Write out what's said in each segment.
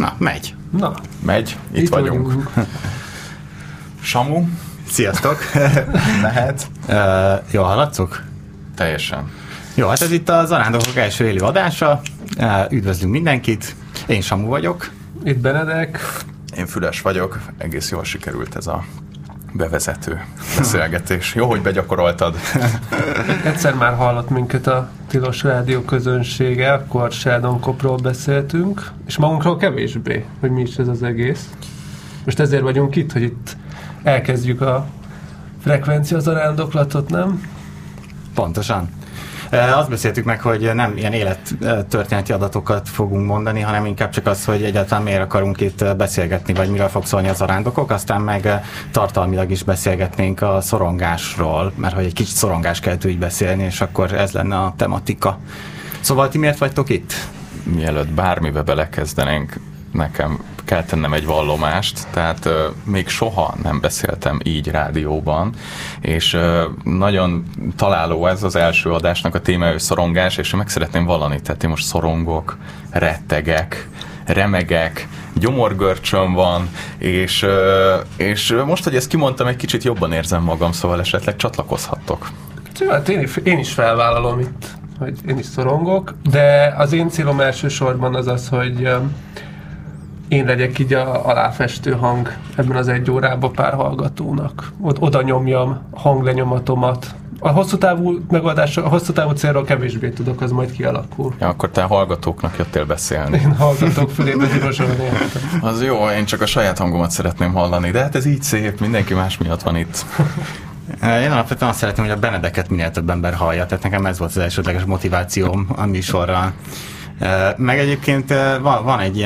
Na, megy. Megy, itt vagyunk. Samu, sziasztok. mehet. Jól hallatszok? Teljesen. Jó, hát ez itt a Zarándokok első élő adása. Üdvözlünk mindenkit. Én Samu vagyok. Itt Benedek. Én Füles vagyok. Egész jól sikerült ez a bevezető beszélgetés. Jó, hogy begyakoroltad. Egyszer már hallott minket a Tilos Rádió közönsége, akkor Sheldon Copról beszéltünk, és magunkról kevésbé, hogy mi is ez az egész. Most ezért vagyunk itt, hogy itt elkezdjük a frekvencia zarándoklatot, nem? Pontosan. Azt beszéltük meg, hogy nem ilyen élettörténeti adatokat fogunk mondani, hanem inkább csak az, hogy egyáltalán miért akarunk itt beszélgetni, vagy miről fog szólni a zarándokok, aztán meg tartalmilag is beszélgetnénk a szorongásról, mert hogy egy kicsit szorongáskeltő így beszélni, és akkor ez lenne a tematika. Szóval ti miért vagytok itt? Mielőtt bármibe belekezdenénk, nekem kell tennem egy vallomást, tehát még soha nem beszéltem így rádióban, és nagyon találó ez az első adásnak a téma, hogy szorongás, és meg szeretném vallani, tehát én most szorongok, rettegek, remegek, gyomorgörcsöm van, és most, hogy ezt kimondtam, egy kicsit jobban érzem magam, szóval esetleg csatlakozhattok. Hát én is felvállalom itt, hogy én is szorongok, de az én célom elsősorban az, hogy én legyek így a aláfestő hang ebben az egy órában pár hallgatónak. Oda nyomjam hanglenyomatomat. A hosszú távú megoldásra, a hosszú távú célról kevésbé tudok, az majd kialakul. Ja, akkor te hallgatóknak jöttél beszélni. Én hallgatók fülébe zsírosan értem. Az jó, én csak a saját hangomat szeretném hallani, de hát ez így szép, mindenki más miatt van itt. Én alapvetően azt szeretném, hogy a Benedeket minél több ember hallja, tehát nekem ez volt az elsődleges motivációm a műsorral. Meg egyébként van egy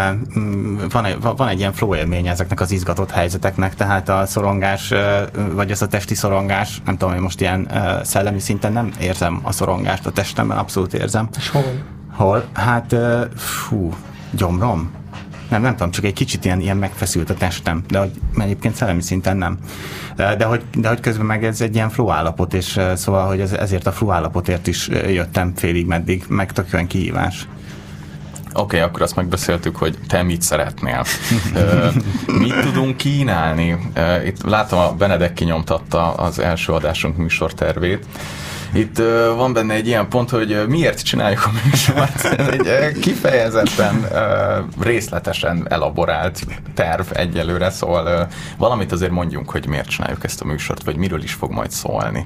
ilyen flow élmény ezeknek az izgatott helyzeteknek, tehát a szorongás, vagy az a testi szorongás, nem tudom, hogy most ilyen szellemi szinten nem érzem a szorongást, a testemben abszolút érzem. És hol? Hol? Hát, gyomrom? Nem tudom, csak egy kicsit ilyen megfeszült a testem, de hogy egyébként szellemi szinten nem. De hogy közben meg ez egy ilyen flow állapot, és szóval, hogy ezért a flow állapotért is jöttem félig meddig, meg tök olyan kihívás. Oké, akkor azt megbeszéltük, hogy te mit szeretnél. Mit tudunk kínálni? Itt látom, a Benedek kinyomtatta az első adásunk műsortervét. Itt van benne egy ilyen pont, hogy miért csináljuk a műsort. Ez egy kifejezetten részletesen elaborált terv egyelőre, szóval valamit azért mondjunk, hogy miért csináljuk ezt a műsort, vagy miről is fog majd szólni.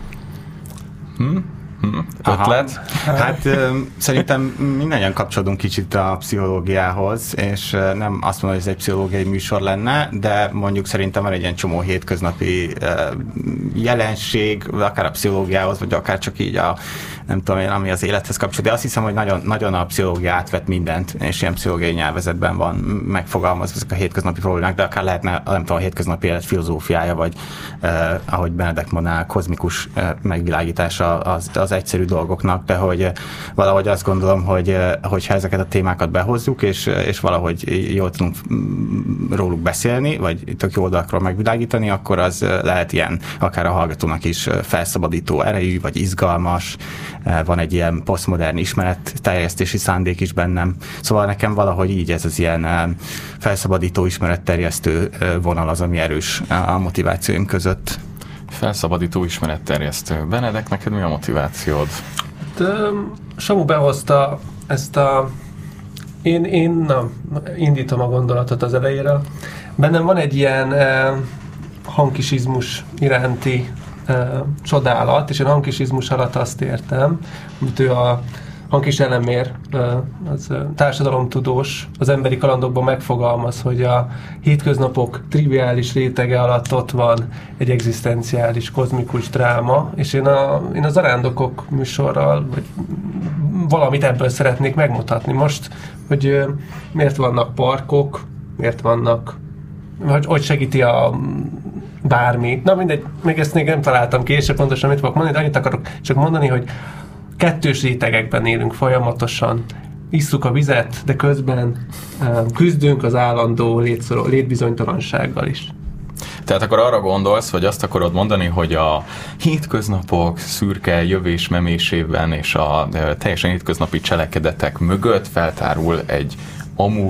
Ötlet? Hát szerintem mindannyian kapcsolódunk kicsit a pszichológiához, és nem azt mondom, hogy ez egy pszichológiai műsor lenne, de mondjuk szerintem van egy ilyen csomó hétköznapi jelenség, akár a pszichológiához, vagy akár csak így nem tudom én, ami az élethez kapcsolódik, de azt hiszem, hogy nagyon, nagyon a pszichológia átvett mindent, és ilyen pszichológiai nyelvezetben van megfogalmazva ezek a hétköznapi problémák, de akár lehetne, nem tudom, a hétköznapi élet filozófiája, vagy ahogy Benedek mondná, kozmikus megvilágítása az egyszerű dolgoknak, de hogy valahogy azt gondolom, hogyha ezeket a témákat behozzuk, és valahogy jól tudunk róluk beszélni, vagy tök jó oldalakról megvilágítani, akkor az lehet ilyen, akár a hallgatónak is felszabadító erejű, vagy izgalmas, van egy ilyen posztmodern ismeretterjesztési szándék is bennem. Szóval nekem valahogy így ez az ilyen felszabadító ismeretterjesztő vonal az, ami erős a motivációim között. Felszabadító ismeretterjesztő. Benedek, neked mi a motivációd? Samu behozta ezt a... Én indítom a gondolatot az elejére. Bennem van egy ilyen hankisizmus iránti csodálat, és én hankisizmus alatt azt értem, amit ő a Hankis Elemér, az társadalomtudós, az emberi kalandokban megfogalmaz, hogy a hétköznapok triviális rétege alatt ott van egy egzisztenciális, kozmikus dráma, és én a Zarándokok műsorral, vagy valamit ebből szeretnék megmutatni most, hogy miért vannak parkok, miért vannak, hogy segíti a bármi. Na mindegy, még ezt még nem találtam ki, és pontosan mit fogok mondani, de annyit akarok csak mondani, hogy kettős rétegekben élünk folyamatosan. Isszuk a vizet, de közben küzdünk az állandó létbizonytalansággal is. Tehát akkor arra gondolsz, vagy azt akarod mondani, hogy a hétköznapok szürke jövés-memésében és a teljesen hétköznapi cselekedetek mögött feltárul egy amúgy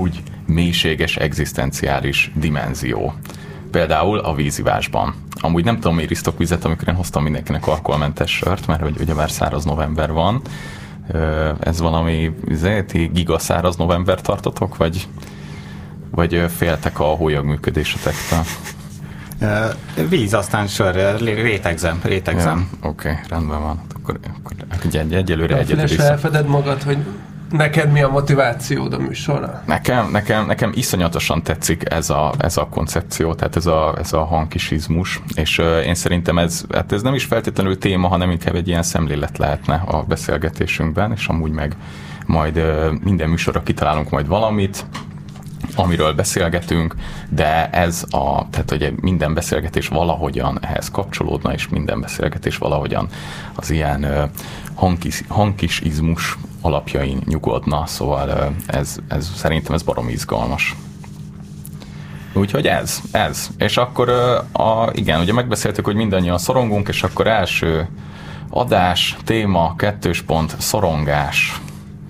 mélységes, egzisztenciális dimenzió. Például a vízivásban. Amúgy nem tudom, miért isztok vizet, amikor én hoztam mindenkinek alkoholmentes sört, mert hogy ugyebár száraz november van. Ez valami gigaszáraz november tartotok, vagy féltek a hólyag működésetektől? Víz, aztán sör, rétegzem. Ja, Oké, rendben van. Akkor egyelőre elfeded magad, hogy neked mi a motivációd a műsorra? Nekem iszonyatosan tetszik ez a koncepció, tehát ez a hankisizmus, és én szerintem ez nem is feltétlenül téma, hanem inkább egy ilyen szemlélet lehetne a beszélgetésünkben, és amúgy meg majd minden műsorra kitalálunk majd valamit, amiről beszélgetünk, de tehát ugye minden beszélgetés valahogyan ehhez kapcsolódna, és minden beszélgetés valahogyan az hankisizmus alapjain nyugodna, szóval szerintem ez baromi izgalmas. Úgyhogy ez. És akkor igen, ugye megbeszéltük, hogy mindannyian szorongunk, és akkor első adás, téma, 2. pont, szorongás.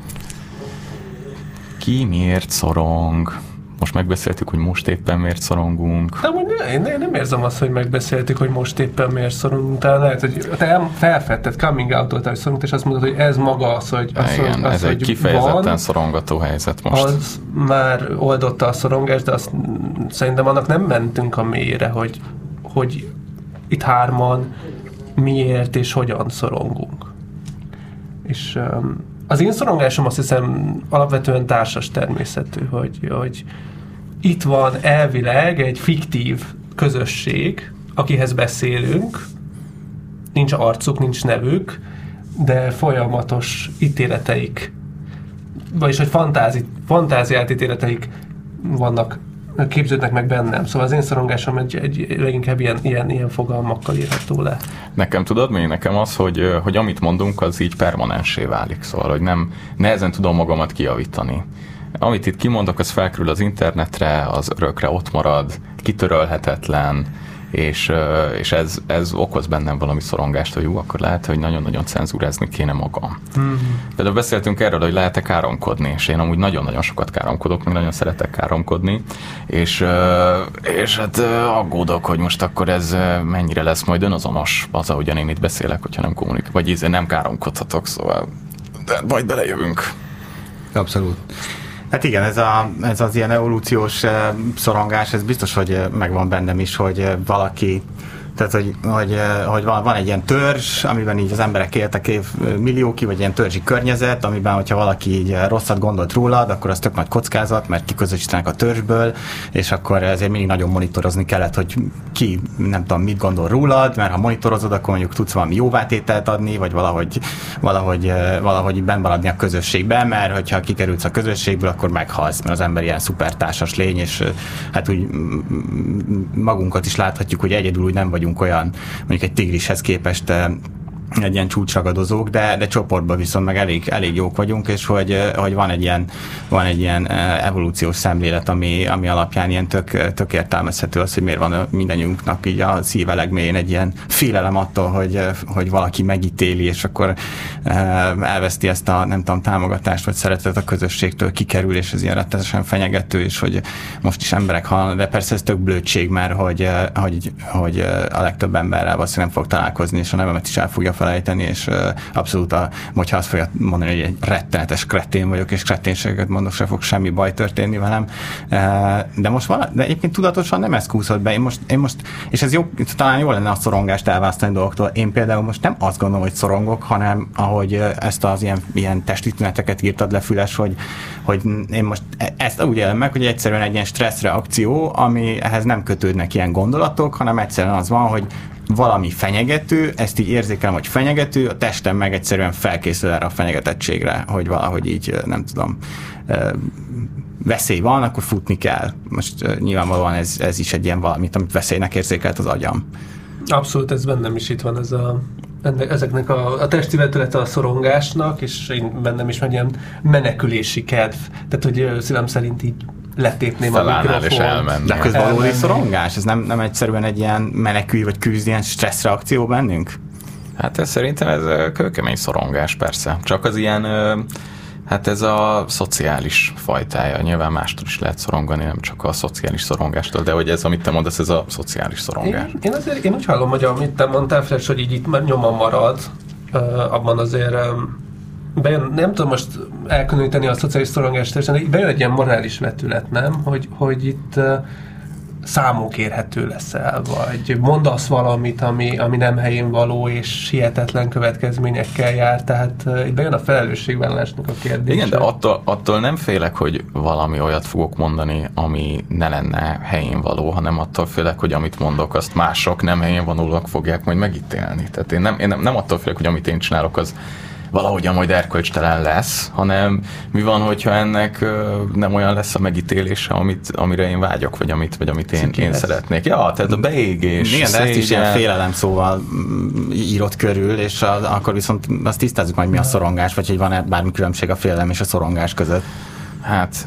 Ki miért szorong? Most megbeszéltük, hogy most éppen miért szorongunk. De én nem érzem azt, hogy megbeszéltük, hogy most éppen miért szorongunk. Tehát lehet, hogy te felfedted, coming out-oltál, hogy szorongunk, és azt mondod, hogy ez maga az, hogy igen, ez egy kifejezetten szorongató helyzet most. Az már oldotta a szorongást, de azt szerintem annak nem mentünk a mélyre, hogy itt hárman miért és hogyan szorongunk. És az én szorongásom azt hiszem alapvetően társas természetű, hogy itt van elvileg egy fiktív közösség, akihez beszélünk, nincs arcuk, nincs nevük, de folyamatos ítéleteik, vagyis hogy fantáziált ítéleteik vannak, képződnek meg bennem. Szóval az én szorongásom egy leginkább ilyen fogalmakkal írható le. Nekem tudod mi? Nekem az, hogy amit mondunk, az így permanensé válik. Szóval, hogy nehezen tudom magamat kijavítani. Amit itt kimondok, az felkerül az internetre, az örökre ott marad, kitörölhetetlen, és ez okoz bennem valami szorongást, hogy akkor lehet, hogy nagyon-nagyon cenzúrázni kéne magam. Például beszéltünk erről, hogy lehet-e káromkodni, és én amúgy nagyon-nagyon sokat káromkodok, meg nagyon szeretek káromkodni, és hát aggódok, hogy most akkor ez mennyire lesz majd önazonos az, ahogyan én itt beszélek, hogyha nem kommunikálok, vagy nem káromkodhatok, szóval de majd belejövünk. Abszolút. Hát igen, ez az ilyen evolúciós szorongás, ez biztos, hogy megvan bennem is, hogy valaki, tehát hogy van egy ilyen törzs, amiben így az emberek éltek milliókig, vagy ilyen törzsi környezet, amiben, hogyha valaki így rosszat gondolt rólad, akkor az tök nagy kockázat, mert kiközösítenek a törzsből, és akkor ezért mindig nagyon monitorozni kellett, hogy ki nem tudom mit gondol rólad, mert ha monitorozod, akkor mondjuk tudsz valami jóvátételt adni, vagy valahogy benn maradni a közösségben, mert hogyha kikerülsz a közösségből, akkor meghalsz, mert az ember ilyen szupertársas lény, és hát úgy magunkat is láthatjuk, hogy egyedül úgy nem vagyunk olyan, mondjuk egy tigrishez képest egy ilyen csúcsragadozók, de csoportban viszont meg elég jók vagyunk, és hogy van egy ilyen evolúciós szemlélet, ami alapján ilyen tök értelmezhető az, hogy miért van mindannyiunknak így a szíve legmélyén egy ilyen félelem attól, hogy valaki megítéli, és akkor elveszti ezt a nem tudom, támogatást, vagy szeretetet a közösségtől, kikerül, és ez ilyen rettenetesen fenyegető, és hogy most is emberek halnak, de persze ez tök blödség, mert hogy a legtöbb emberrel valószínűleg nem fog találkozni, és a nevemet is el fogja felejteni, és abszolút hogyha azt fogja mondani, hogy egy rettenetes kretén vagyok, és kreténséget mondok, se fog semmi baj történni velem. De egyébként tudatosan nem ez kúszott be. Én most, és ez jó, talán jó lenne a szorongást elválasztani dolgoktól. Én például most nem azt gondolom, hogy szorongok, hanem ahogy ezt az ilyen testi tüneteket írtad le, Füles, hogy én most ezt úgy élem meg, hogy egyszerűen egy ilyen stresszreakció, ami ehhez nem kötődnek ilyen gondolatok, hanem egyszerűen az van, hogy valami fenyegető, ezt így érzékelem, hogy fenyegető, a testem meg egyszerűen felkészül erre a fenyegetettségre, hogy valahogy így, nem tudom, veszély van, akkor futni kell. Most nyilvánvalóan ez is egy ilyen valamit, amit veszélynek érzékelt az agyam. Abszolút, ez bennem is itt van, ezeknek a testi vetülete a szorongásnak, és én bennem is egy ilyen menekülési kedv. Tehát, hogy szívem szerint így letépném a mikrofont. De közben valódi szorongás? Ez nem egyszerűen egy ilyen menekülj vagy küzd, ilyen stresszreakció bennünk? Hát szerintem ez kőkemény szorongás, persze. Csak az ilyen, Hát ez a szociális fajtája. Nyilván mástól is lehet szorongani, nem csak a szociális szorongástól, de hogy ez, amit te mondasz, ez a szociális szorongás. Én úgy hallom, hogy amit te mondtál, Flash, hogy így itt nyoma marad, abban azért bejön, nem tudom most elkülöníteni a szociális szorongást, de bejön egy ilyen morális vetület, nem? Hogy itt számon kérhető leszel, vagy mondasz valamit, ami nem helyén való, és hihetetlen következményekkel jár, tehát itt bejön a felelősségvállalásnak a kérdése. Igen, de attól nem félek, hogy valami olyat fogok mondani, ami ne lenne helyén való, hanem attól félek, hogy amit mondok, azt mások nem helyén valóak fogják majd megítélni. Tehát én nem attól félek, hogy amit én csinálok, az valahogyan majd erkölcstelen lesz, hanem mi van, hogyha ennek nem olyan lesz a megítélése, amire én vágyok, vagy amit én szeretnék. Ja, tehát a beégés. Igen, de ezt is ilyen félelem szóval írott körül, és akkor viszont azt tisztázzuk majd, mi a szorongás, vagy hogy van-e bármi különbség a félelem és a szorongás között. Hát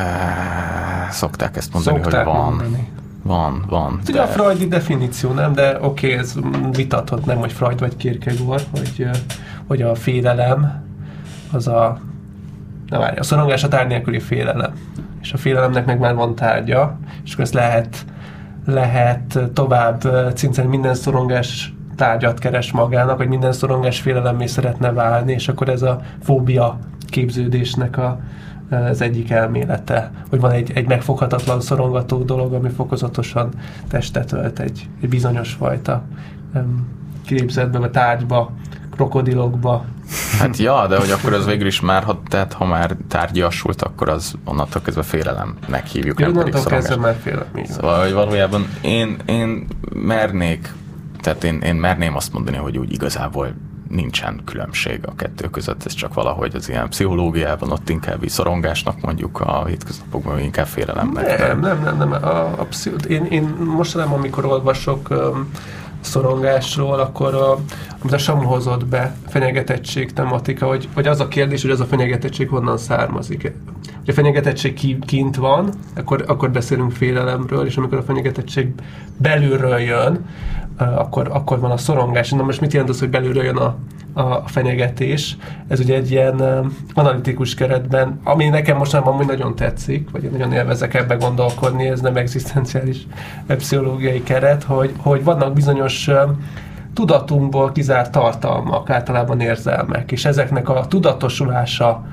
szokták ezt mondani, hogy van. Van. Ugye a freudi definíció, nem? De oké, ez vitathat, nem, hogy Freud vagy Kierkegaard, hogy a félelem az a szorongás a tárgy nélküli félelem. És a félelemnek meg már van tárgya, és akkor ezt lehet tovább cincelni, minden szorongás tárgyat keres magának, vagy minden szorongás félelemmé szeretne válni, és akkor ez a fóbia képződésnek az egyik elmélete, hogy van egy megfoghatatlan szorongató dolog, ami fokozatosan testet ölt egy bizonyos fajta képzetbe, vagy tárgyba, krokodilokba. Hát ja, de hogy akkor az végül is már, ha már tárgyasult, akkor az onnantól kezdve félelemnek hívjuk, nem pedig szorongás. Onnantól kezdve már félelem. Szóval, hogy valójában én mernék, tehát én merném azt mondani, hogy úgy igazából nincsen különbség a kettő között, ez csak valahogy az ilyen pszichológiában ott inkább szorongásnak mondjuk, a hétköznapokban inkább félelemnek. Nem. Én mostanában, amikor olvasok szorongásról, akkor amit a Samu hozott be, fenyegetettség tematika, hogy az a kérdés, hogy az a fenyegetettség honnan származik. Hogy a fenyegetettség kint van, akkor beszélünk félelemről, és amikor a fenyegetettség belülről jön, akkor van a szorongás. Na most mit jelent az, hogy belülről jön a fenyegetés? Ez ugye egy ilyen analitikus keretben, ami nekem mostanában amúgy nagyon tetszik, vagy én nagyon élvezek ebbe gondolkodni, ez nem egzisztenciális pszichológiai keret, hogy vannak bizonyos tudatunkból kizárt tartalmak, általában érzelmek, és ezeknek a tudatosulása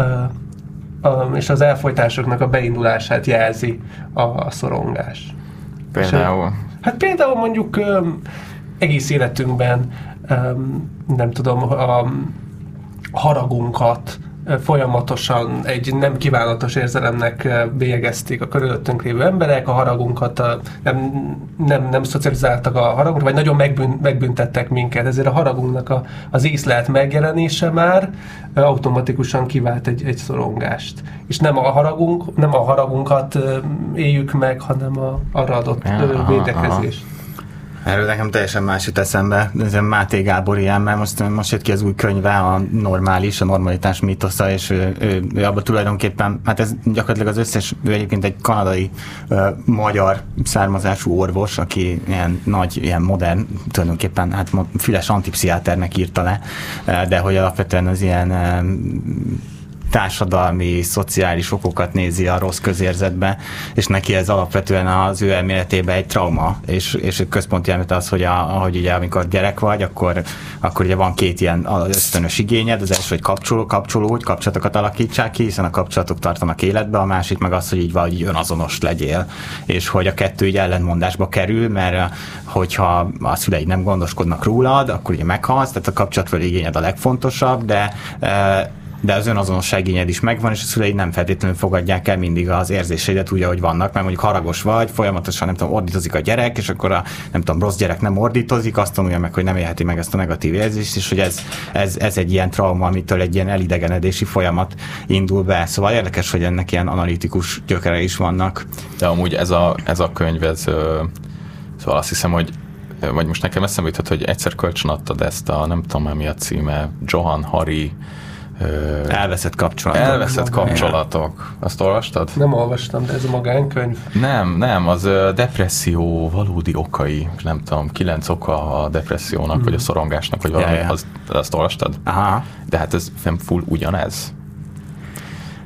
és az elfojtásoknak a beindulását jelzi a szorongás. Például? Hát például mondjuk egész életünkben nem tudom, a haragunkat folyamatosan egy nem kívánatos érzelemnek bélyegezték a körülöttünk lévő emberek, a haragunkat nem szocializáltak a haragunkra, vagy nagyon megbüntettek minket, ezért a haragunknak az észlelt megjelenése már automatikusan kivált egy szorongást. És nem a haragunkat éljük meg, hanem arra adott védekezést. Erről nekem teljesen más jut eszembe. Ez a Máté Gábor ilyen, mert most jött ki az új könyve, a normalitás mítosza, és ő abban tulajdonképpen, hát ez gyakorlatilag az összes, ő egyébként egy kanadai magyar származású orvos, aki ilyen nagy, ilyen modern, tulajdonképpen hát füles antipszichiáternek írta le, de hogy alapvetően az ilyen társadalmi, szociális okokat nézi a rossz közérzetbe, és neki ez alapvetően az ő elméletében egy trauma, és központi elmélet az, hogy ahogy ugye amikor gyerek vagy, akkor ugye van két ilyen ösztönös igényed, az első, hogy kapcsolódj, kapcsolatokat alakítsák ki, hiszen a kapcsolatok tartanak életbe, a másik meg az, hogy így valahogy önazonos legyél, és hogy a kettő így ellentmondásba kerül, mert hogyha a szüleid nem gondoskodnak rólad, akkor ugye meghalsz, tehát a kapcsolatról igényed a legfontosabb, de az önazonosság igényed is megvan, és a szüleid nem feltétlenül fogadják el mindig az érzéseidet úgy, ahogy vannak, mert mondjuk haragos vagy, folyamatosan nem tudom, ordítozik a gyerek, és akkor a nem tudom, rossz gyerek nem ordítozik, azt tanulja meg, hogy nem élheti meg ezt a negatív érzést, és hogy ez egy ilyen trauma, amitől egy ilyen elidegenedési folyamat indul be. Szóval érdekes, hogy ennek ilyen analitikus gyökere is vannak. De amúgy ez a könyv, szóval azt hiszem, hogy vagy most nekem eszembe jutott, hogy egyszer kölcsön adtad ezt nem tudom, mi a címe, Johann Hari Elveszett kapcsolatok. Azt olvastad? Nem olvastam, de ez a magánkönyv. Nem, az depresszió valódi okai, nem tudom, 9 oka a depressziónak, vagy a szorongásnak, vagy valami, azt olvastad? Aha. De hát ez full ugyanez.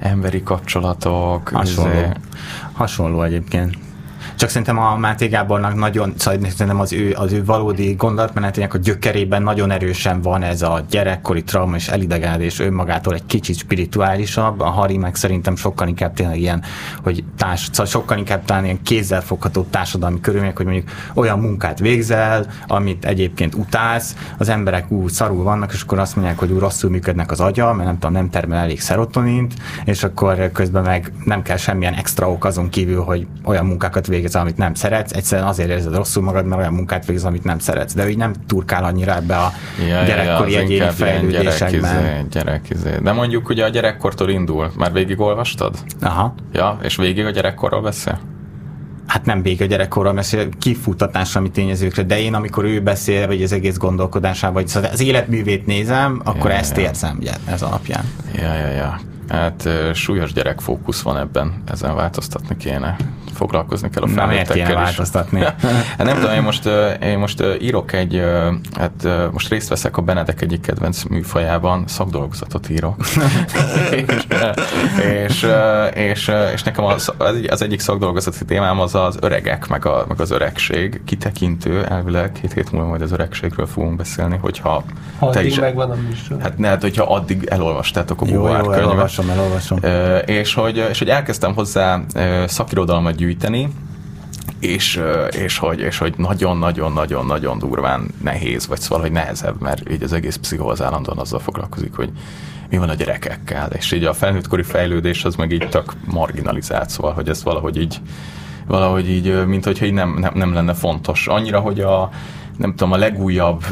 emberi kapcsolatok. Hasonló egyébként. Csak szerintem a Máté Gábornak nagyon, szerintem az ő valódi gondolatmenetének a gyökerében nagyon erősen van ez a gyerekkori trauma és elidegenedés önmagától egy kicsit spirituálisabb. A Hari meg szerintem sokkal inkább tényleg ilyen, hogy sokkal inkább talán ilyen kézzelfogható társadalmi körülmények, hogy mondjuk olyan munkát végzel, amit egyébként utálsz, az emberek szarul vannak, és akkor azt mondják, hogy rosszul működnek az agya, mert nem termel elég szerotonint, és akkor közben meg nem kell semmilyen extra ok azon kívül, hogy olyan munkákat végzel, amit nem szeretsz, egyszerűen azért érzed rosszul magad, mert olyan munkát végez, amit nem szeretsz. De így nem turkál annyira ebbe a gyerekkori egyéni fejlődésekben. De mondjuk ugye a gyerekkortól indul. Már végigolvastad? Aha. Ja, és végig a gyerekkorról beszél? Hát nem végig a gyerekkorról beszél, kifuttatással tényezőkre, de én amikor ő beszél, vagy az egész gondolkodásában, vagy az életművét nézem, akkor ezt érzem, ugye, ez alapján. Ja. Hát súlyos gyerekfókusz van ebben, ezen változtatni kéne. Foglalkozni kell a felnőttekkel is. Kéne változtatni? Hát nem tudom, én most írok most részt veszek a Benedek egyik kedvenc műfajában, szakdolgozatot írok. és nekem az egyik szakdolgozati témám az öregek, meg az öregség. Kitekintő, elvileg 2 hét múlva majd az öregségről fogunk beszélni, hogyha te is... megvan a műsor. Hát ne, hogyha addig elolvastátok a Beauvoir könyvet. Elolvasom. És hogy elkezdtem hozzá szakirodalmat gyűjteni, és hogy nagyon-nagyon-nagyon-nagyon durván nehéz, vagy szóval, hogy nehezebb, mert így az egész pszichóz állandóan azzal foglalkozik, hogy mi van a gyerekekkel, és így a felnőttkori fejlődés az meg így tök marginalizált, szóval, hogy ez valahogy így mint hogyha így nem lenne fontos. Annyira, hogy a legújabb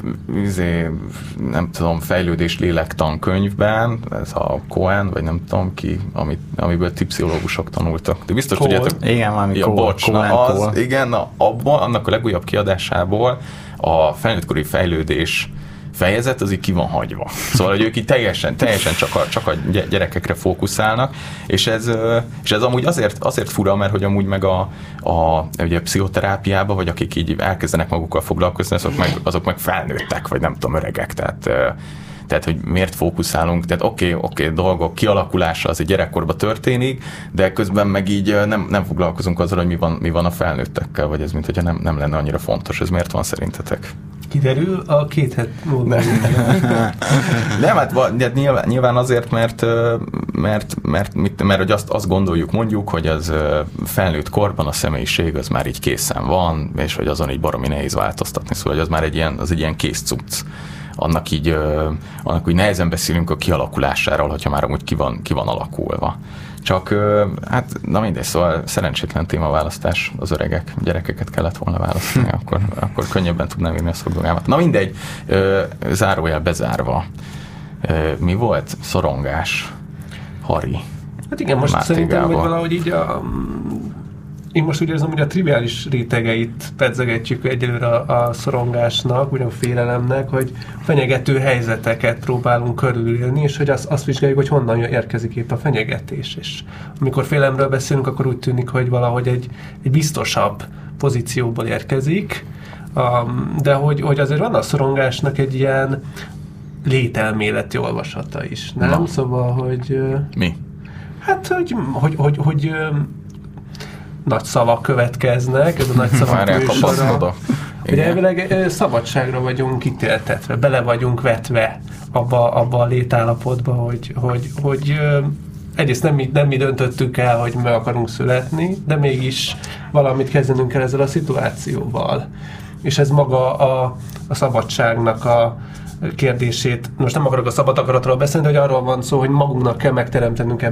fejlődés lélektan könyvben, ez a Cohen, vagy nem tudom ki, amiből ti pszichológusok tanultak. De biztos tudjátok. Igen, valami igen, annak a legújabb kiadásából a felnőttkori fejlődés fejezet az így ki van hagyva. Szóval, hogy ők így teljesen csak a gyerekekre fókuszálnak, és ez amúgy azért fura, mert hogy amúgy meg ugye a pszichoterápiába, vagy akik így elkezdenek magukkal foglalkozni, azok meg felnőttek, vagy nem tudom, öregek, tehát, hogy miért fókuszálunk, tehát oké, dolgok kialakulása az egy gyerekkorban történik, de közben meg így nem foglalkozunk azzal, hogy mi van a felnőttekkel, vagy ez mintha nem lenne annyira fontos. Ez miért van szerintetek? Kiderül a 2 hét múlva. Nem, hát nyilván azért, mert hogy azt gondoljuk, mondjuk, hogy az felnőtt korban a személyiség az már így készen van, és hogy azon így baromi nehéz változtatni, szóval hogy az már egy ilyen kész cucc. Annak így nehezen beszélünk a kialakulásáról, hogyha már amúgy ki van alakulva. Csak, hát, na mindegy, szóval szerencsétlen témaválasztás, az gyerekeket kellett volna választani, akkor könnyebben tudnám írni a szakdolgámat. Na mindegy, zárójel bezárva. Mi volt? Szorongás. Hari. Hát igen, most Máté szerintem, Gábor. hogy valahogy így én most úgy érzem, hogy a triviális rétegeit pedzegetjük egyelőre a szorongásnak, úgy a félelemnek, hogy fenyegető helyzeteket próbálunk körülélni, és hogy azt vizsgáljuk, hogy honnan érkezik épp a fenyegetés. És amikor félelemről beszélünk, akkor úgy tűnik, hogy valahogy egy biztosabb pozícióból érkezik, de hogy azért van a szorongásnak egy ilyen lételméleti olvasata is, nem? Na. Szóval, hogy... Mi? Hát, hogy nagy szavak következnek, ez a nagy szavak műsora. Ugye elvileg szabadságra vagyunk ítéltetve, bele vagyunk vetve abba a létállapotba, hogy egyrészt nem mi döntöttük el, hogy meg akarunk születni, de mégis valamit kezdenünk kell ezzel a szituációval. És ez maga a szabadságnak a kérdését, most nem akarok a szabad akaratról beszélni, de hogy arról van szó, hogy magunknak kell megteremtenünk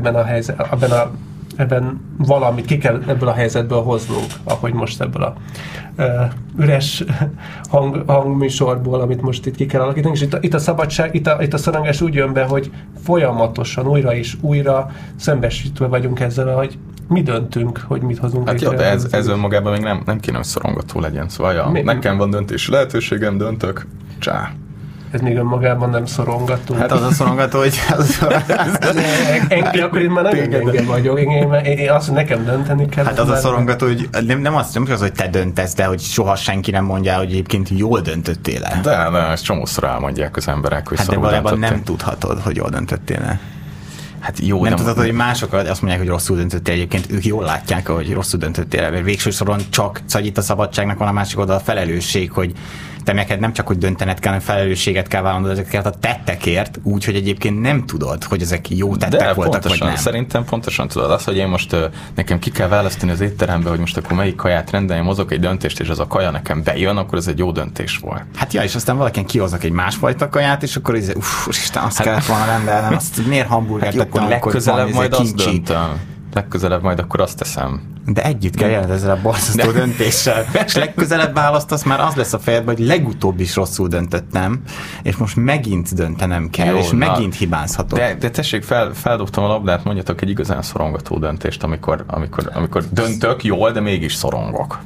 ebben valamit ki kell ebből a helyzetből hoznunk, ahogy most ebből a üres hangműsorból, amit most itt ki kell alakítani, és itt a szabadság, itt a szorongás úgy jön be, hogy folyamatosan újra és újra szembesítve vagyunk ezzel, hogy mi döntünk, hogy mit hozunk. Hát jó, de ez önmagában még nem kéne, hogy szorongató legyen. Szóval nekem van döntési lehetőségem, döntök, csá. Ez még önmagában nem szorongató. Hát az a szorongató, hogy... Akkor én már nagyon gyenge vagyok. Én azt, hogy nekem dönteni kell. Hát az a szorongató, hogy nem az, hogy te döntesz, de hogy soha senki nem mondja, hogy egyébként jól döntöttél el. De ezt csomószor elmondják az emberek, hogy hát de valójában nem tudhatod, hogy jól döntöttél el. Hát jó, nem tudod, hogy mások azt mondják, hogy rosszul döntöttél, egyébként ők jól látják, hogy rosszul döntöttél, mert végső soron csak itt a szabadságnak van a másik oldal a felelősség, hogy te neked nem csak, hogy döntened kell, hanem felelősséget kell vállalnod ezeket a tettekért, úgy, hogy egyébként nem tudod, hogy ezek jó tettek voltak, pontosan, vagy nem. Szerintem pontosan tudod. Az, hogy én most nekem ki kell választani az étterembe, hogy most akkor melyik kaját rendeljem, hozok egy döntést, és az a kaja nekem bejön, akkor ez egy jó döntés volt. Hát ja, és aztán valakin kihoznak egy másfajta kaját, és akkor Isten, azt kellett volna rendelnem, azt miért hamburgert akkor legközelebb majd azt döntöm. Legközelebb majd akkor azt teszem. De együtt kell jelent ezzel a borzasztó döntéssel. És legközelebb választasz, már az lesz a fejedben, hogy legutóbb is rosszul döntöttem, és most megint döntenem kell, és megint hibázhatok. De tessék, feldobtam a labdát, mondjatok egy igazán szorongató döntést, amikor döntök jól, de mégis szorongok.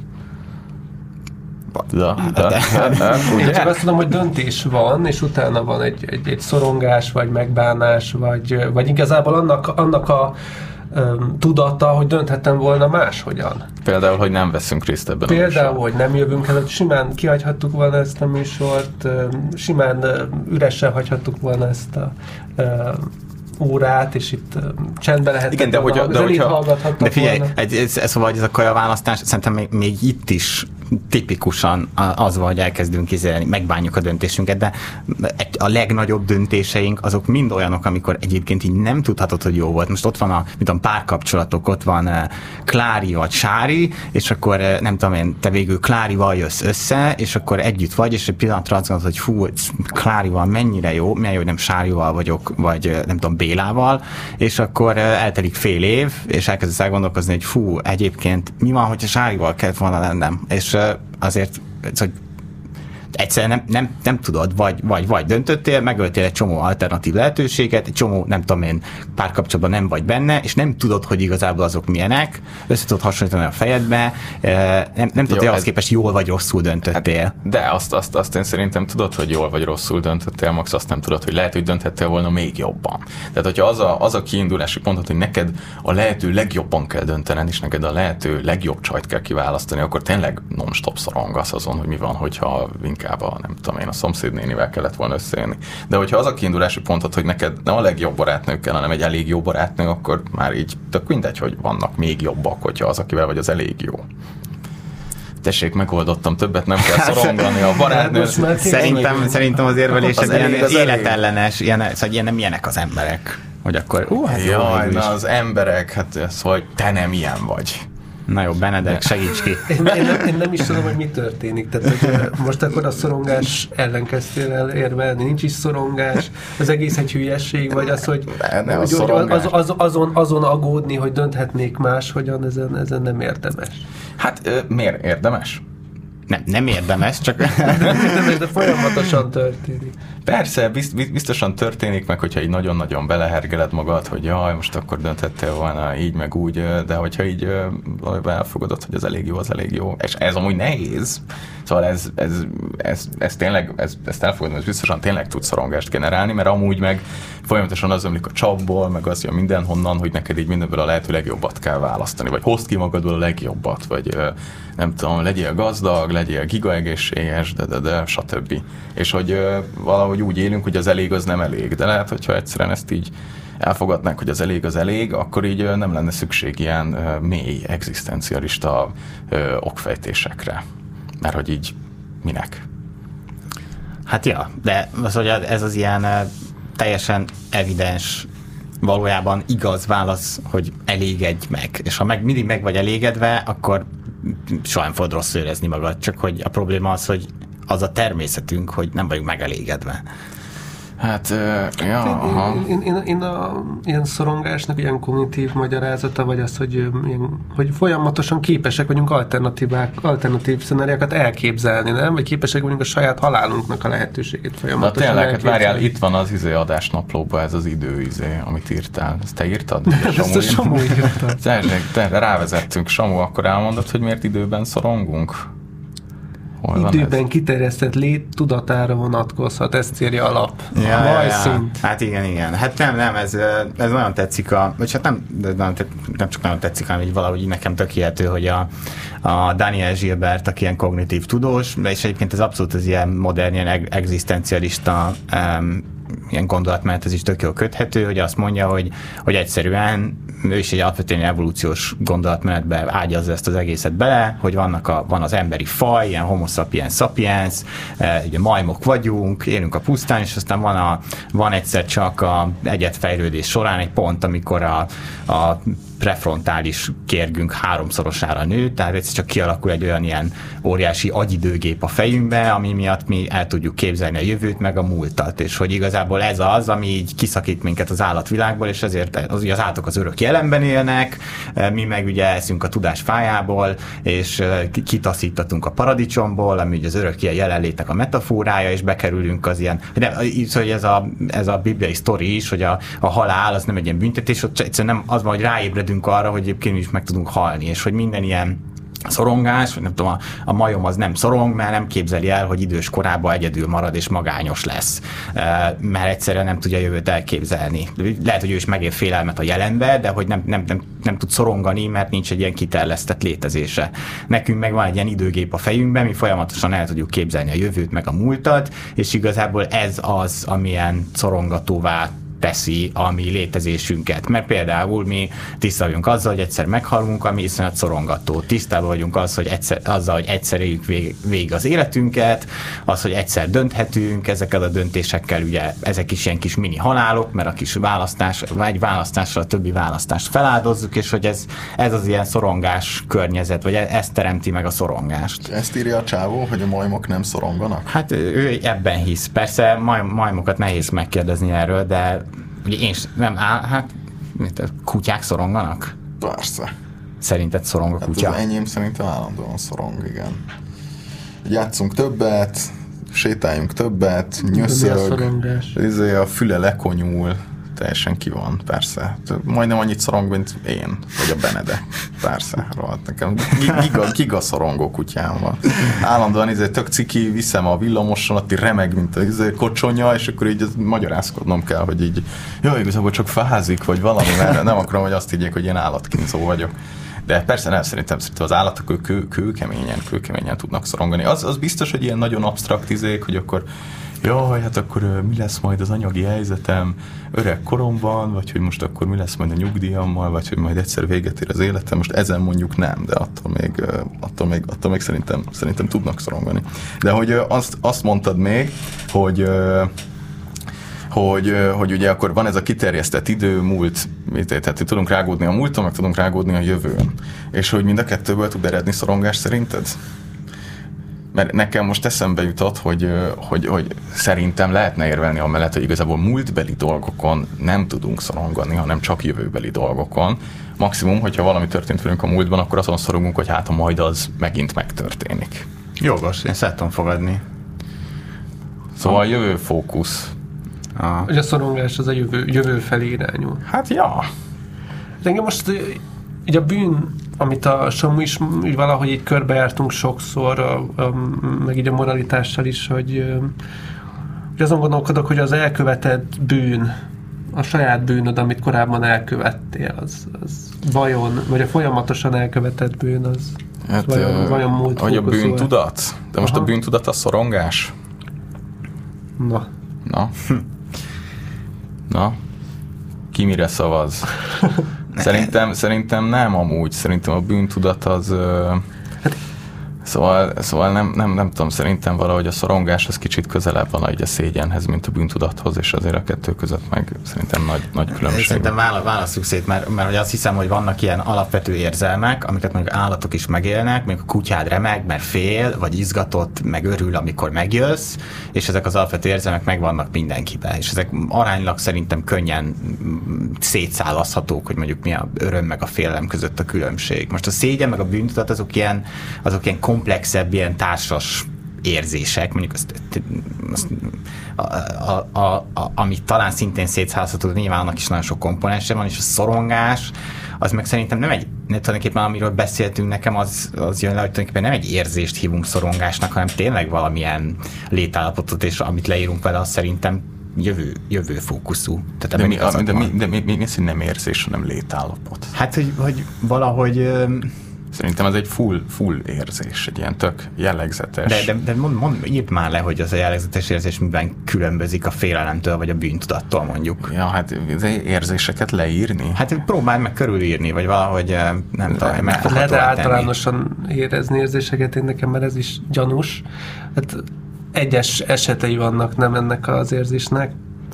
Én csak azt tudom, hogy döntés van, és utána van egy szorongás, vagy megbánás, vagy igazából annak a tudata, hogy dönthettem volna máshogyan. Például, hogy nem veszünk részt ebben Például, hogy nem jövünk el, simán kihagyhattuk volna ezt a műsort, simán üresen hagyhattuk volna ezt a órát, és itt csendbe lehetett. Igen, de figyelj, szóval ez a kajaválasztás, szerintem még itt is tipikusan az van, hogy elkezdünk megbánjuk a döntésünket, de a legnagyobb döntéseink azok mind olyanok, amikor egyébként így nem tudhatod, hogy jó volt. Most ott van párkapcsolatok, ott van Klári vagy Sári, és akkor nem tudom én, te végül Klárival jössz össze, és akkor együtt vagy, és egy pillanatra azt gondolod, hogy fú, Klárival mennyire jó, milyen jó, hogy nem Sárival vagyok, vagy nem tudom, Bélával, és akkor eltelik fél év, és elkezdesz elgondolkozni, hogy fú, egyébként mi van, hogyha Sárival kellett volna lennem, és azért, hogy egyszerűen nem tudod, vagy döntöttél, megöltél egy csomó alternatív lehetőséget, egy csomó, nem tudom én, párkapcsolatban nem vagy benne, és nem tudod, hogy igazából azok milyenek, össze tudod hasonlítani a fejedbe, nem tudod, hogy ahhoz képest jól vagy rosszul döntöttél. Hát, de azt én szerintem tudod, hogy jól vagy rosszul döntöttél, max azt nem tudod, hogy lehet, hogy dönthettél volna még jobban. Tehát, hogyha az a kiindulási pontot, hogy neked a lehető legjobban kell döntened, és neked a lehető legjobb csajt kell kiválasztani, akkor tényleg non-stop szorongasz azon, hogy mi van, hogyha nem tudom én, a szomszédnénivel kellett volna összejönni. De hogyha az a kiindulási pontot, hogy neked nem a legjobb barátnő kell, hanem egy elég jó barátnő, akkor már így tök mindegy, hogy vannak még jobbak, hogyha az, akivel vagy, az elég jó. Tessék, megoldottam, többet nem kell szorongani a barátnő. Szerintem az érvelésed ilyen életellenes, szóval nem ilyenek az emberek. Hogy akkor, jaj, na az emberek, hát ez, hogy te nem ilyen vagy. Na jó, Benedek, segíts ki. Én nem is tudom, hogy mi történik. Tehát, hogy most akkor a szorongás ellen kezdtél el érvelni, nincs is szorongás, az egész egy hülyesség, vagy az, hogy azon aggódni, hogy dönthetnék máshogyan, ezen nem érdemes. Hát miért érdemes? Nem érdemes, csak... de folyamatosan történik. Persze, biztosan történik meg, hogyha így nagyon-nagyon belehergeled magad, hogy jaj, most akkor dönthettél volna így, meg úgy, de hogyha így elfogadod, hogy az elég jó, és ez amúgy nehéz. Szóval ez tényleg, ezt elfogadom, ez biztosan tényleg tud szorongást generálni, mert amúgy meg folyamatosan az ömlik a csapból, meg az jön mindenhonnan, hogy neked így mindenből a lehető legjobbat kell választani, vagy hozd ki magadból a legjobbat, vagy nem tudom, legyél gazdag, legyél gigaegészséges, de stb. És hogy valahogy úgy élünk, hogy az elég az nem elég, de lehet, hogyha egyszerűen ezt így elfogadnánk, hogy az elég, akkor így nem lenne szükség ilyen mély, egzisztencialista okfejtésekre. Mert hogy így minek? Hát ja, de az, hogy ez az ilyen teljesen evidens, valójában igaz válasz, hogy elégedj meg. És ha mindig meg vagy elégedve, akkor soha nem fogod rosszul érezni magad. Csak hogy a probléma az, hogy az a természetünk, hogy nem vagyunk megelégedve. Hát, aha. Én ilyen szorongásnak ilyen kognitív magyarázata, vagy az, hogy folyamatosan képesek vagyunk alternatív szenáriákat elképzelni, nem? Vagy képesek vagyunk a saját halálunknak a lehetőségét folyamatosan elképzelni. Tényleg, hát várjál, itt van az adásnaplóban ez az amit írtál. Ezt te írtad? Ezt a Samu írta. Rávezettünk. Samu, akkor elmondod, hogy miért időben szorongunk? Időben kiterjesztett lét tudatára vonatkozhat, ezt írja a lap. Majszint. Hát igen. Hát nem, ez nagyon tetszik, vagy hát nem csak nagyon tetszik, hanem így valahogy nekem tökéletű, hogy a Daniel Gilbert, aki ilyen kognitív tudós, és egyébként ez abszolút az ilyen modern, ilyen egzisztencialista ilyen gondolatmenet, ez is tök jól köthető, hogy azt mondja, hogy egyszerűen ő is egy alapvetően evolúciós gondolatmenetbe ágyazza ezt az egészet bele, hogy van az emberi faj, ilyen homo sapiens sapiens, ugye majmok vagyunk, élünk a pusztán, és aztán van egyszer csak a egyedfejlődés során egy pont, amikor a prefrontális kérgünk 3-szorosára nő, tehát egyszer csak kialakul egy olyan ilyen óriási agyidőgép a fejünkbe, ami miatt mi el tudjuk képzelni a jövőt, meg a múltat, és hogy igazából ez az, ami így kiszakít minket az állatvilágból, és ezért az állatok az örök jelenben élnek, mi meg ugye eszünk a tudás fájából, és kitaszítatunk a paradicsomból, ami ugye az örök ilyen jelenlétnek a metaforája, és bekerülünk az ilyen, hogy ez a bibliai sztori is, hogy a halál az nem egy ilyen büntetés, ott egyszerűen nem az van, hogy ráébredünk arra, hogy egyébként is meg tudunk halni, és hogy minden ilyen szorongás, vagy nem tudom, a majom az nem szorong, mert nem képzeli el, hogy idős korában egyedül marad és magányos lesz, mert egyszerűen nem tudja a jövőt elképzelni. Lehet, hogy ő is megér félelmet a jelenbe, de hogy nem tud szorongani, mert nincs egy ilyen kiterlesztett létezése. Nekünk meg van egy ilyen időgép a fejünkben, mi folyamatosan el tudjuk képzelni a jövőt meg a múltat, és igazából ez az, amilyen szorongatóvá teszi a mi létezésünket. Mert például mi tisztában vagyunk azzal, hogy egyszer meghalunk, ami iszonyat szorongató. Tisztában vagyunk azzal, hogy egyszer éljük végig az életünket, az, hogy egyszer dönthetünk, ezekkel a döntésekkel ugye ezek is ilyen kis mini halálok, mert a kis egy választásra a többi választást feláldozzuk, és hogy ez az ilyen szorongás környezet, vagy ez teremti meg a szorongást. Ezt írja a csávó, hogy a majmok nem szoronganak? Hát ő ebben hisz. Persze majmokat nehéz megkérdezni erről, de ugye én nem kutyák szoronganak? Persze. Szerinted szorong a kutya? Hát az enyém szerintem állandóan szorong, igen. Játszunk többet, sétáljunk többet, nyöszög, a füle lekonyul, teljesen ki van, persze. Majdnem annyit szorong, mint én, vagy a Benedek. Persze, rohadt nekem. Giga szorongó kutyám van. Állandóan tök ciki, viszem a villamoson, ott remeg, mint a kocsonya, és akkor így magyarázkodnom kell, hogy így, igazából csak fázik, vagy valami, mert nem akarom, hogy azt higgyék, hogy én állatkínzó vagyok. De persze nem, szerintem az állatok kőkeményen tudnak szorongani. Az biztos, hogy ilyen nagyon absztrakt izék, hogy akkor hát akkor mi lesz majd az anyagi helyzetem öreg koromban, vagy hogy most akkor mi lesz majd a nyugdíjammal, vagy hogy majd egyszer véget ér az életem. Most ezen mondjuk nem, de attól még szerintem tudnak szorongani. De hogy azt mondtad még, hogy ugye akkor van ez a kiterjesztett idő, múlt, tehát tudunk rágódni a múlton, meg tudunk rágódni a jövőn. És hogy mind a kettőből tud eredni szorongás szerinted? Mert nekem most eszembe jutott, hogy szerintem lehetne érvelni amellett, hogy igazából múltbeli dolgokon nem tudunk szorongani, hanem csak jövőbeli dolgokon. Maximum, hogyha valami történt velünk a múltban, akkor azon szorongunk, hogy hát majd az megint megtörténik. Jogos, én szeretem fogadni. Szóval a jövő fókusz. Hogy a szorongás az a jövő felé irányul. Hát ja. Engem most így a bűn, amit a Samu is így valahogy így körbejártunk sokszor, meg így a moralitással is, hogy azon gondolkodok, hogy az elkövetett bűn, a saját bűnöd, amit korábban elkövettél, az vajon, vagy a folyamatosan elkövetett bűn, az hát, vajon múlt vagy a bűntudat? De most a bűntudat a szorongás? Na? Ki mire szavaz? Szerintem nem amúgy. Szerintem a bűntudat az... Szóval nem tudom, szerintem valahogy a szorongás az kicsit közelebb van a szégyenhez, mint a bűntudathoz, és azért a kettő között meg szerintem nagy különbség. Szerintem válasszuk szét, mert hogy azt hiszem, hogy vannak ilyen alapvető érzelmek, amiket mondjuk állatok is megélnek, mondjuk a kutyád remeg, mert fél, vagy izgatott, meg örül, amikor megjössz, és ezek az alapvető érzelmek megvannak mindenkiben, és ezek aránylag szerintem könnyen szétszállazhatók, hogy mondjuk mi a öröm meg a félelem között a különbség. Most a szégyen meg a bűntudat azok ilyen komplexebb, ilyen társas érzések, mondjuk amit talán szintén szétszállazható, nyilván annak is nagyon sok komponense van, és a szorongás, az meg szerintem nem tulajdonképpen amiről beszéltünk, nekem az jön le, hogy tulajdonképpen nem egy érzést hívunk szorongásnak, hanem tényleg valamilyen létállapotot, és amit leírunk vele, az szerintem jövő fókuszú. De mi az, hogy nem érzés, hanem létállapot? Hát, hogy valahogy Szerintem ez egy full érzés, egy ilyen tök jellegzetes. De írd már le, hogy az a jellegzetes érzés miben különbözik a félelemtől, vagy a bűntudattól mondjuk. Ja, hát érzéseket leírni? Hát próbálj meg körülírni, vagy valahogy nem tudom, lehet általánosan érezni érzéseket, én nekem, mert ez is gyanús. Hát egyes esetei vannak nem ennek az érzésnek.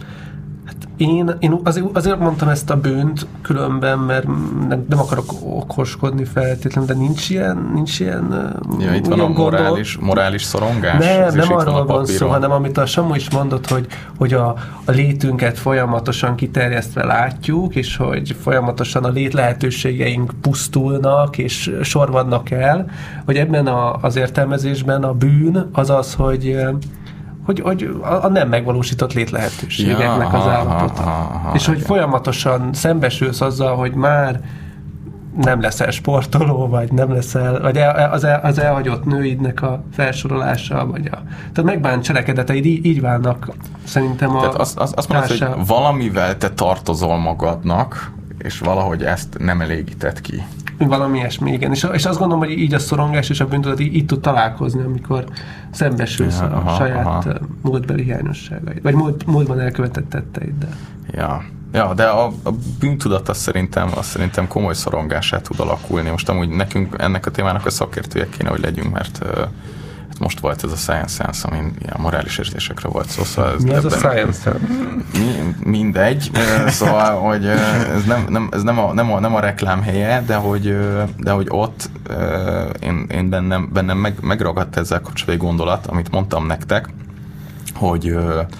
Én azért mondtam ezt a bűnt különben, mert nem akarok okoskodni feltétlenül, de nincs ilyen ja, itt van a morális szorongás? Nem arról van szó, hanem amit a Samu is mondott, hogy a létünket folyamatosan kiterjesztve látjuk, és hogy folyamatosan a lét lehetőségeink pusztulnak, és sorvadnak el, hogy ebben az értelmezésben a bűn az az, hogy a nem megvalósított létlehetőségeknek az állapota. És hogy folyamatosan szembesülsz azzal, hogy már nem leszel sportoló, vagy nem leszel, vagy az elhagyott nőidnek a felsorolása, vagy tehát megbánt cselekedeteid így válnak szerintem a tehát azt mondod, hogy valamivel te tartozol magadnak, és valahogy ezt nem elégített ki. Valami ilyesmi, igen. És azt gondolom, hogy így a szorongás és a bűntudat így tud találkozni, amikor szembesülsz a saját múltbeli hiányosságaid, vagy múltban elkövetett tetteiddel. Ja, de a bűntudat azt szerintem komoly szorongását tud alakulni. Most amúgy nekünk ennek a témának a szakértőjek kéne, hogy legyünk, mert most volt ez a Science Sense, amin ilyen morális érzésekre volt szó. Szóval mi az a Science? Mindegy. Szóval, hogy ez nem a reklám helye, de hogy ott én bennem megragadt ezzel kapcsolatban egy gondolat, amit mondtam nektek, hogy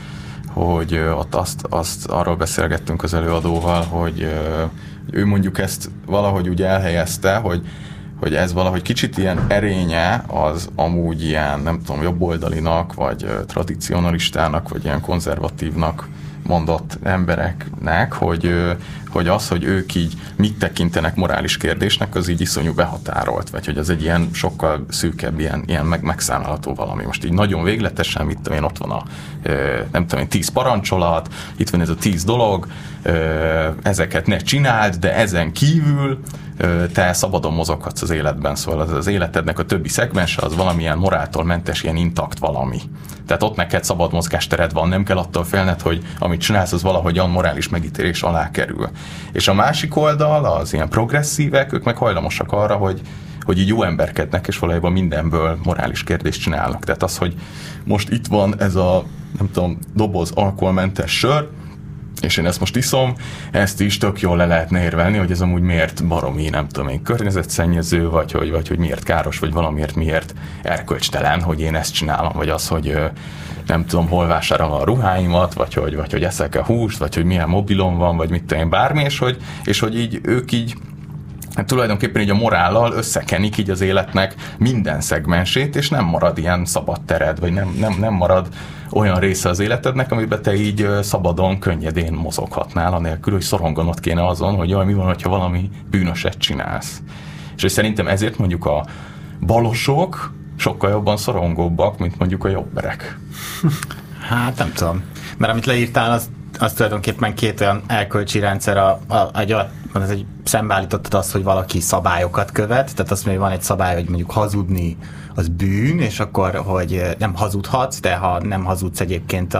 ott azt arról beszélgettünk az előadóval, hogy ő mondjuk ezt valahogy úgy elhelyezte, hogy ez valahogy kicsit ilyen erénye az amúgy ilyen, nem tudom, jobboldalinak, vagy tradicionalistának, vagy ilyen konzervatívnak mondott embereknek, hogy az, hogy ők így mit tekintenek morális kérdésnek, az így iszonyú behatárolt, vagy hogy az egy ilyen sokkal szűkebb, ilyen megszámolható valami. Most így nagyon végletesen, mit tudom én, ott van nem tudom én, 10 parancsolat, itt van ez a 10 dolog, ezeket ne csináld, de ezen kívül te szabadon mozoghatsz az életben, szóval az életednek a többi szegmense az valamilyen moráltól mentes, ilyen intakt valami. Tehát ott neked szabad mozgástered van, nem kell attól félned, hogy amit csinálsz, az valahogyan morális megítélés alá kerül. És a másik oldal, az ilyen progresszívek, ők meg hajlamosak arra, hogy így jó emberkednek, és valójában mindenből morális kérdést csinálnak. Tehát az, hogy most itt van ez a, nem tudom, doboz alkoholmentes sör, és én ezt most iszom, ezt is tök jól le lehetne érvelni, hogy ez amúgy miért baromi, nem tudom én, környezetszennyező, vagy hogy miért káros, vagy valamiért miért erkölcstelen, hogy én ezt csinálom, vagy az, hogy nem tudom, hol vásárolom a ruháimat, vagy hogy eszek-e húst, vagy hogy milyen mobilom van, vagy mit tudom én, bármi, és hogy így ők így hát tulajdonképpen így a morállal összekenik így az életnek minden szegmensét, és nem marad ilyen szabad tered, vagy nem marad olyan része az életednek, amiben te így szabadon, könnyedén mozoghatnál, anélkül, hogy szoronganod kéne azon, hogy jaj, mi van, hogyha valami bűnöset csinálsz. És hogy szerintem ezért mondjuk a balosok sokkal jobban szorongóbbak, mint mondjuk a jobberek. Hát nem tudom. Mert amit leírtál, az tulajdonképpen két olyan erkölcsi rendszer, egy szembeállítottad azt, hogy valaki szabályokat követ, tehát azt mondja, hogy van egy szabály, hogy mondjuk hazudni az bűn, és akkor, hogy nem hazudhatsz, de ha nem hazudsz egyébként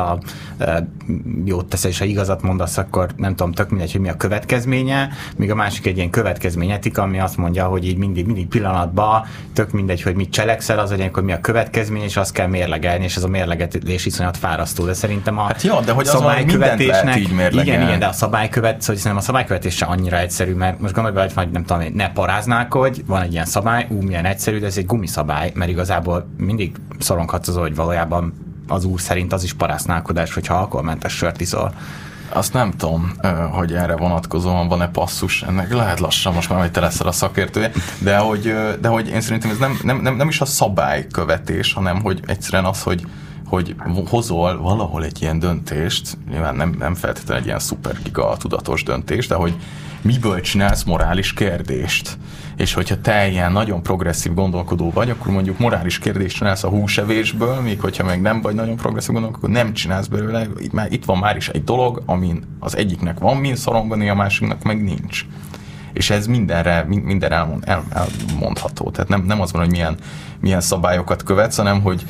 jót teszel, és ha igazat mondasz, akkor nem tudom, tök mindegy, hogy mi a következménye, míg a másik egy ilyen következményetika, ami azt mondja, hogy így mindig pillanatban tök mindegy, hogy mit cselekszel, az legyen, hogy mi a következmény, és azt kell mérlegelni, és ez a mérlegelés iszonyat fárasztó, de szerintem a hát jó, de hogy szabálykövetésnek így mérlegelni. Igen, de a szabálykövetés sem annyira egyszerű, mert most gondolj bele, hogy nem tudom, ne paráználkodj, van egy ilyen szabály, milyen egyszerű, de ez egy gumiszabály, mert igazából mindig szoronghatsz az, hogy valójában az úr szerint az is parásználkodás, hogyha alkoholmentes sört iszol. Azt nem tudom, hogy erre vonatkozóan van-e passzus, ennek lehet lassan, most már majd te leszel a szakértője, de hogy én szerintem ez nem is a szabálykövetés, hanem hogy egyszerűen az, hogy hozol valahol egy ilyen döntést, nyilván nem feltétlenül egy ilyen szupergiga tudatos döntés, de hogy miből csinálsz morális kérdést. És hogyha te ilyen nagyon progresszív gondolkodó vagy, akkor mondjuk morális kérdést csinálsz a húsevésből, míg hogyha meg nem vagy nagyon progresszív gondolkodó, akkor nem csinálsz belőle. Itt van már is egy dolog, amin az egyiknek van min szorongani, a másiknak meg nincs. és ez minden elmondható. Tehát nem az van, hogy milyen szabályokat követsz, hanem hogy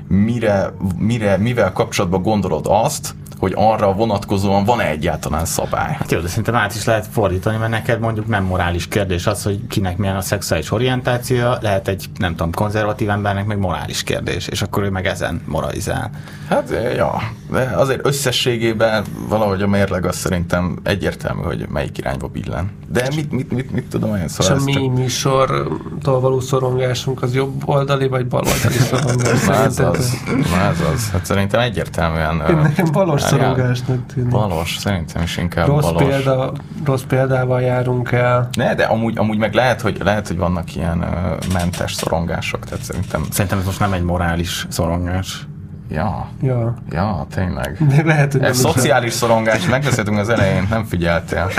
mivel kapcsolatban gondolod azt, hogy arra vonatkozóan van-e egyáltalán szabály. Hát jó, de szerintem át is lehet fordítani, mert neked mondjuk nem morális kérdés az, hogy kinek milyen a szexuális orientáció, lehet egy, nem tudom, konzervatív embernek meg morális kérdés, és akkor ő meg ezen moralizál. Hát, ja, de azért összességében valahogy a mérleg az szerintem egyértelmű, hogy melyik irányba billen. De mit tudom én? Szóval és a mi műsortól való szorongásunk az jobb oldali, vagy bal oldali szorongás? Az. Hát szerintem egyértelműen... Nekem balos szorongásnak tűnik. Balos, szerintem is inkább balos. Rossz példával járunk el. Ne, de amúgy meg lehet, hogy vannak ilyen mentes szorongások, tehát Szerintem ez most nem egy morális szorongás. Ja, tényleg. De lehet, hogy ez szociális szorongás, megbeszéltünk az elején, nem figyeltél.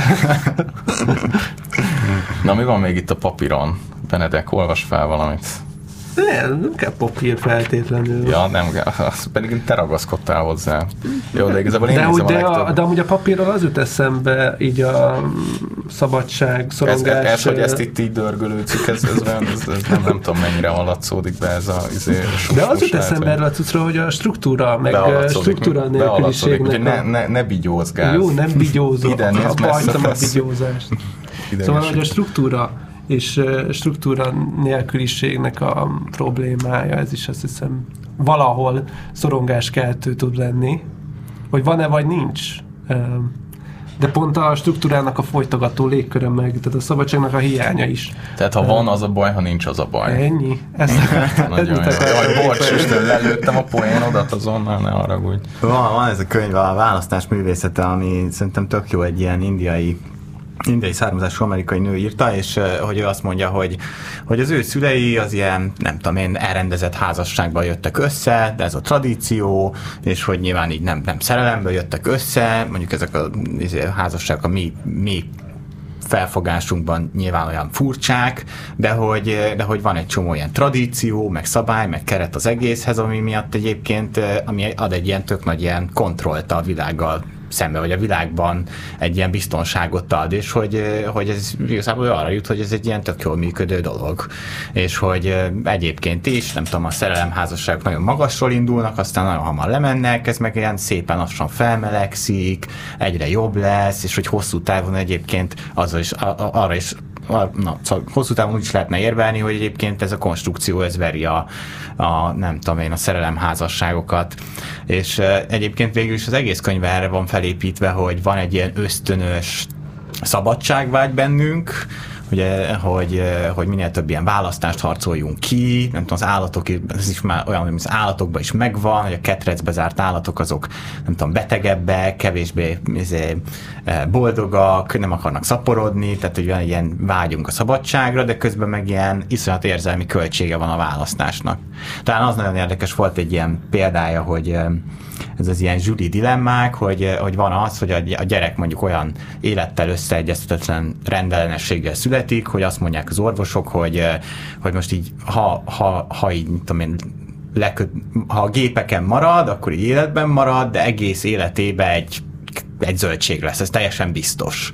Na, mi van még itt a papíron? Benedek, olvas fel valamit. Nem kell papír feltétlenül. Ja, nem, pedig te ragaszkodtál hozzá. Jó, de igazából én nézem a legtöbb. De amúgy a papírral az jut eszembe, így a szabadság, szorongás... Ez hogy ezt itt így dörgölőcük, ez nem tudom mennyire hallatszódik be ez a... De az jut eszembe erről a cuccról, hogy a struktúra, meg struktúra nélküliségnek... Ne bigyózgálsz. Jó, nem bigyózom. Ide nézd, bajtam a bigyózást. Szóval, hogy a struktúra és struktúra nélküliségnek a problémája, ez is azt hiszem valahol szorongáskeltő tud lenni, hogy van-e vagy nincs. De pont a struktúrának a folytogató légköre meg, tehát a szabadságnak a hiánya is. Tehát ha van, az a baj, ha nincs, az a baj. Ennyi. Nagyon jó. Jaj, bocs, Isten, lelőttem a poénodat azonnal, ne haragudj. Van ez a könyv, a választás művészete, ami szerintem tök jó, egy ilyen indiai származású amerikai nő írta, és hogy ő azt mondja, hogy az ő szülei az ilyen, nem tudom én, elrendezett házasságban jöttek össze, de ez a tradíció, és hogy nyilván így nem szerelemből jöttek össze, mondjuk ezek a házasságok a mi felfogásunkban nyilván olyan furcsák, de hogy van egy csomó ilyen tradíció, meg szabály, meg keret az egészhez, ami miatt egyébként, ami ad egy ilyen tök nagy ilyen kontrollt a világgal szembe, vagy a világban egy ilyen biztonságot ad, és hogy ez igazából arra jut, hogy ez egy ilyen tök jól működő dolog. És hogy egyébként is, nem tudom, a szerelemházasságok nagyon magasról indulnak, aztán nagyon hamar lemennek, ez meg ilyen szépen lassan felmelegszik, egyre jobb lesz, és hogy hosszú távon egyébként arra is szóval hosszú távon úgy is lehetne érvelni, hogy egyébként ez a konstrukció, ez veri a nem tudom én, a szerelemházasságokat. És egyébként végül is az egész könyv erre van felépítve, hogy van egy ilyen ösztönös szabadságvágy bennünk, ugye, hogy minél több ilyen választást harcoljunk ki, nem tudom, az állatok, ez is már olyan, hogy az állatokban is megvan, hogy a ketrecbe zárt állatok azok, nem tudom, betegebbek, kevésbé boldogak, nem akarnak szaporodni, tehát hogy van egy ilyen vágyunk a szabadságra, de közben meg ilyen iszonyat érzelmi költsége van a választásnak. Talán az nagyon érdekes, volt egy ilyen példája, hogy ez az ilyen zsűri dilemmák, hogy van az, hogy a gyerek mondjuk olyan élettel összeegyeztetetlen rendellenességgel születik, hogy azt mondják az orvosok, hogy most így, ha így, tudom én, ha a gépeken marad, akkor így életben marad, de egész életében egy zöldség lesz, ez teljesen biztos.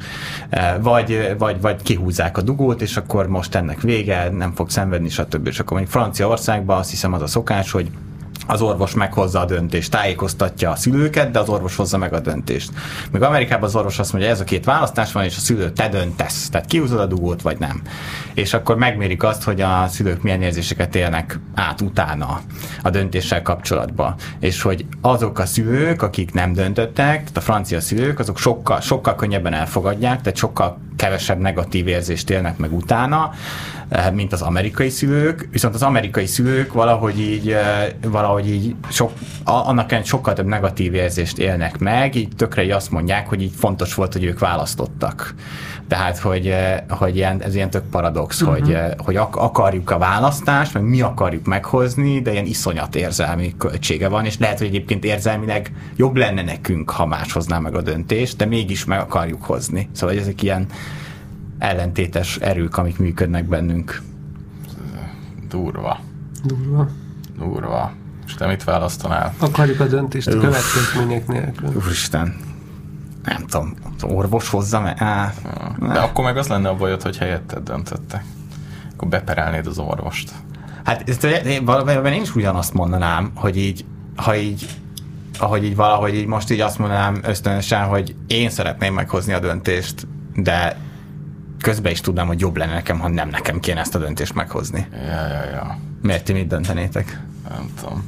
Vagy kihúzzák a dugót, és akkor most ennek vége, nem fog szenvedni, stb. És akkor mondjuk Franciaországban azt hiszem az a szokás, hogy az orvos meghozza a döntést, tájékoztatja a szülőket, de az orvos hozza meg a döntést. Még Amerikában az orvos azt mondja, ez a két választás van, és a szülő te döntesz, tehát kihúzod a dugót, vagy nem. És akkor megmérik azt, hogy a szülők milyen érzéseket élnek át utána a döntéssel kapcsolatban. És hogy azok a szülők, akik nem döntöttek, tehát a francia szülők, azok sokkal könnyebben elfogadják, tehát sokkal kevesebb negatív érzést élnek meg utána, mint az amerikai szülők, viszont az amerikai szülők valahogy így annak sokkal több negatív érzést élnek meg, így tökre így azt mondják, hogy így fontos volt, hogy ők választottak. Tehát, hogy ez ilyen tök paradox, hogy akarjuk a választást, meg mi akarjuk meghozni, de ilyen iszonyat érzelmi költsége van, és lehet, hogy egyébként érzelmileg jobb lenne nekünk, ha más hozná meg a döntést, de mégis meg akarjuk hozni. Szóval ezek ilyen ellentétes erők, amik működnek bennünk. Durva. És te mit választanál? Akarjuk a döntést a következmények nélkül. Úristen. nem tudom, az orvos hozza meg. De akkor meg az lenne a bajod, hogy helyetted döntöttek. Akkor beperelnéd az orvost. Hát valójában én is ugyanazt mondanám, hogy így, ahogy így valahogy így most így azt mondanám ösztönösen, hogy én szeretném meghozni a döntést, de közben is tudnám, hogy jobb lenne nekem, ha nem nekem kéne ezt a döntést meghozni. Ja. Miért ti mit döntenétek? Nem tudom.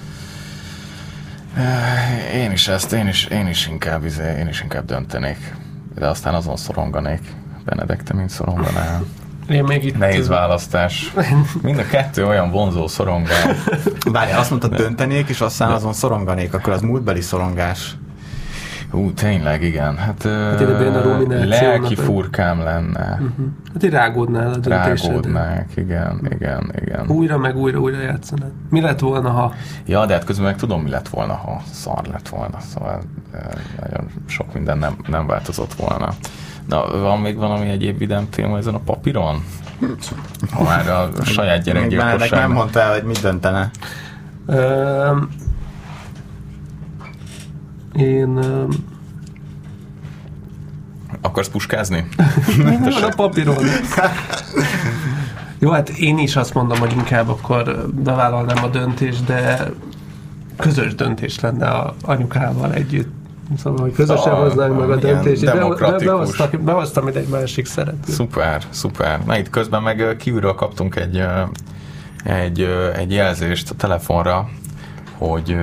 Én is inkább döntenék. De aztán azon szoronganék. Benedek, te mind szoronganál. Én még itt... Nehéz választás. Mind a kettő olyan vonzó szorongál. Várjál, azt mondtad döntenék, és aztán azon szoronganék, akkor az múltbeli szorongás. Tényleg, igen. Hát lelki furkám lenne. Hát így rágódnál a döntésed. Rágódnák, igen. Újra meg újra játszanád. Mi lett volna, ha... Ja, de hát közben meg tudom, mi lett volna, ha szar lett volna. Szóval nagyon sok minden nem változott volna. Na, van még valami egyéb vidám téma ezen a papíron? Ha már a saját gyerekgyilkosság... Nem mondta el, hogy mit döntene. Én... Akarsz puskázni? Mi van a papíron? Jó, hát én is azt mondom, hogy inkább akkor bevállalnám a döntést, de közös döntés lenne a anyukával együtt. Szóval, hogy közösen hoznánk meg a döntést. Behoztam ide egy másik szereplőt. Szuper. Na itt közben meg kívülről kaptunk egy jelzést a telefonra, hogy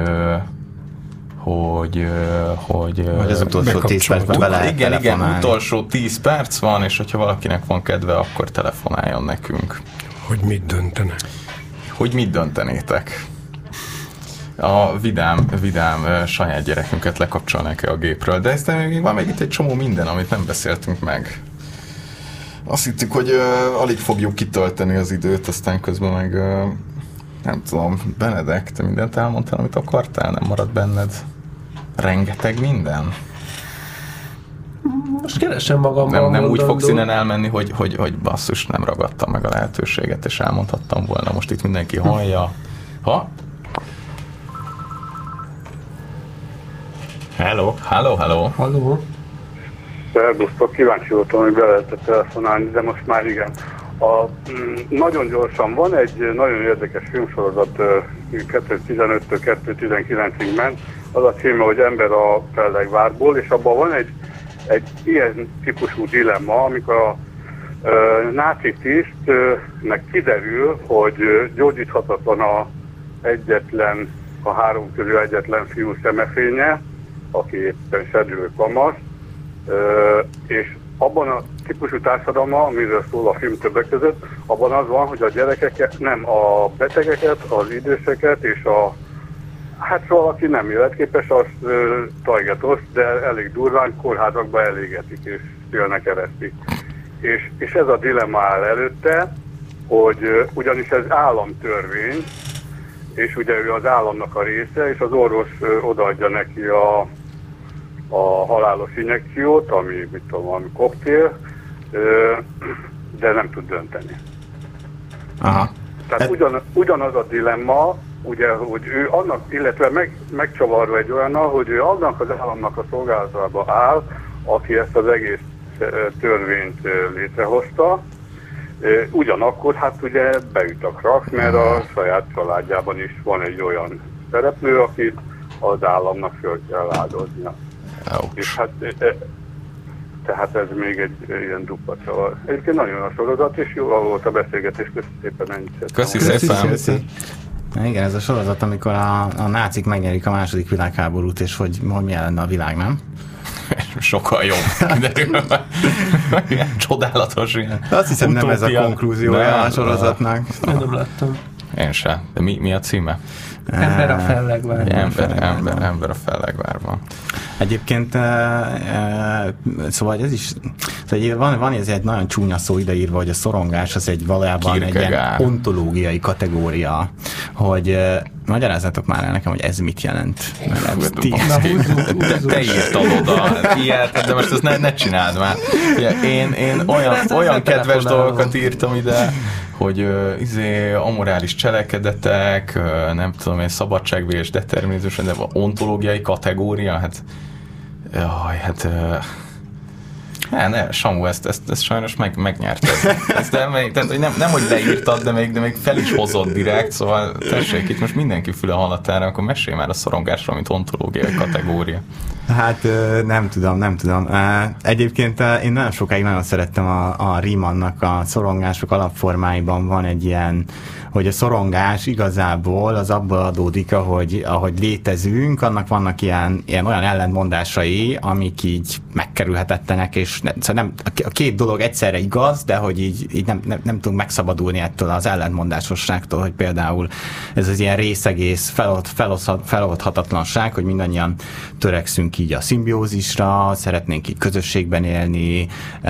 az utolsó 10 percben be lehet igen, utolsó 10 perc van, és hogyha valakinek van kedve, akkor telefonáljon nekünk. Hogy mit döntenétek? A vidám saját gyerekünket lekapcsolnák-e a gépről, de ezt van még itt egy csomó minden, amit nem beszéltünk meg. Azt hittük, hogy alig fogjuk kitölteni az időt, aztán közben meg nem tudom, Benedek, te mindent elmondtál, amit akartál, nem maradt benned rengeteg minden? Most keresem magamban. Nem úgy fogsz innen elmenni, hogy basszus, nem ragadtam meg a lehetőséget, és elmondhattam volna, most itt mindenki hallja. Ha? Hello. Szerbusztok, kíváncsi voltam, hogy be lehetett telefonálni, de most már igen. Nagyon gyorsan van egy nagyon érdekes filmsorozat 2015-től 2019-ig ment, az a címe, hogy Ember a Fellegvárból, és abban van egy ilyen típusú dilemma, amikor a náci tisztnek kiderül, hogy gyógyíthatatlan a három közül egyetlen fiú szemefénye, aki éppen serdülő kamasz, és abban a típusú társadalma, amiről szól a film többek között, abban az van, hogy a gyerekeket, nem a betegeket, az időseket és hát valaki nem életképes, azt tajgatos, de elég durván kórházakba elégetik és szülnek keresztig. És ez a dilemma áll előtte, hogy ugyanis ez államtörvény, és ugye ő az államnak a része, és az orvos odaadja neki a halálos injekciót, ami koktél, de nem tud dönteni. Aha. Tehát ugyanaz a dilemma, ugye, hogy ő annak, illetve megcsavarva egy olyannal, hogy ő annak az államnak a szolgálatába áll, aki ezt az egész törvényt létrehozta, ugyanakkor hát ugye beüt a krak, mert a saját családjában is van egy olyan szereplő, akit az államnak föl kell áldoznia. És hát tehát ez még egy ilyen dupla csavar. Egyébként nagyon jó a sorozat, és jó volt a beszélgetés, köszönöm szépen, ennyit. Köszi szépen. Igen, ez a sorozat, amikor a nácik megnyerik a második világháborút, és hogy milyen lenne a világ, nem? Sokkal jobb. Ilyen csodálatos. Ilyen azt hiszem, nem ez a konklúziója a sorozatnak. Én nem láttam. Én sem. De mi a címe? Ember a Fellegvárban. Ember a Fellegvárban. Egyébként szóval ez is szóval van ez egy nagyon csúnya szó ideírva, hogy a szorongás az egy valójában egy ilyen ontológiai kategória, hogy magyarázzátok már el nekem, hogy ez mit jelent. Te írtad oda ilyet, de most ezt ne csináld már. Én olyan kedves dolgokat írtam ide, hogy amorális cselekedetek, nem tudom én, szabadságvégés, determinizmus, de ontológiai kategória, hát Jaj, hát... Samu, ezt sajnos megnyerted. Nem, hogy leírtad, de még fel is hozott direkt, szóval tessék, itt most mindenki füle hallatára, akkor mesélj már a szorongásról, mint ontológiai kategória. Hát nem tudom. Egyébként én nagyon sokáig nagyon szerettem a Riemannnak a szorongások alapformáiban van egy ilyen, hogy a szorongás igazából az abból adódik, ahogy létezünk, annak vannak ilyen olyan ellentmondásai, amik így megkerülhetetlenek, és szóval a két dolog egyszerre igaz, de hogy így nem tudunk megszabadulni ettől az ellentmondásosságtól, hogy például ez az ilyen részegész feloldhatatlanság, hogy mindannyian törekszünk így a szimbiózisra, szeretnénk így közösségben élni,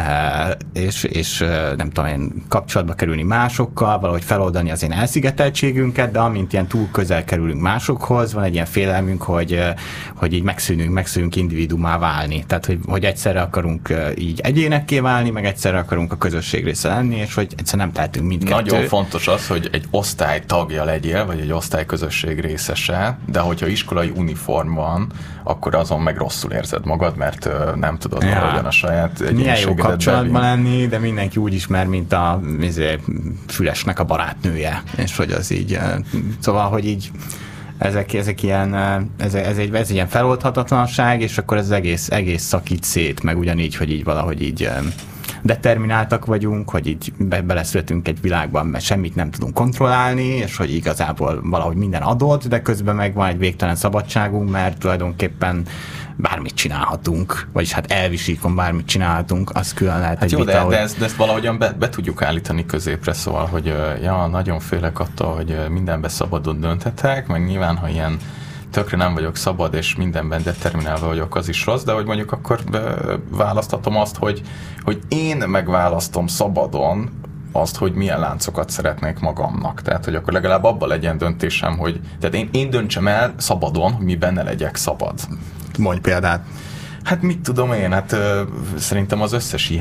és nem tudom én, kapcsolatba kerülni másokkal, valahogy feloldani az én elszigeteltségünket, de amint ilyen túl közel kerülünk másokhoz, van egy ilyen félelmünk, hogy így megszűnünk individuumá válni. Tehát, hogy egyszerre akarunk így egyénekké válni, meg egyszerre akarunk a közösség része lenni, és hogy egyszerűen nem tehetünk mindkettő. Nagyon fontos az, hogy egy osztály tagja legyél, vagy egy osztályközösség részese, de hogyha iskolai uniform van, akkor azon meg rosszul érzed magad, mert nem tudod valahogyan a saját egyéniségedet. Milyen jó kapcsolatban lenni, de mindenki úgy ismer, mint a Fülesnek a barátnője, és hogy az így, szóval, hogy így ezek ilyen, ez egy ilyen feloldhatatlanság, és akkor ez egész szakít szét, meg ugyanígy, hogy így valahogy így determináltak vagyunk, hogy így beleszületünk egy világban, mert semmit nem tudunk kontrollálni, és hogy igazából valahogy minden adott, de közben meg van egy végtelen szabadságunk, mert tulajdonképpen bármit csinálhatunk, vagyis hát elvisíkon bármit csinálhatunk, az külön lehet egy vita. De ezt valahogyan be tudjuk állítani középre, szóval, hogy nagyon félek attól, hogy mindenbe szabadon dönthetek, meg nyilván, ha ilyen tökre nem vagyok szabad, és mindenben determinálva vagyok, az is rossz, de hogy mondjuk akkor választhatom azt, hogy én megválasztom szabadon azt, hogy milyen láncokat szeretnék magamnak. Tehát, hogy akkor legalább abban legyen döntésem, hogy tehát én döntsem el szabadon, hogy mi benne legyek szabad. Mondj példát. Hát mit tudom én, hát szerintem az összes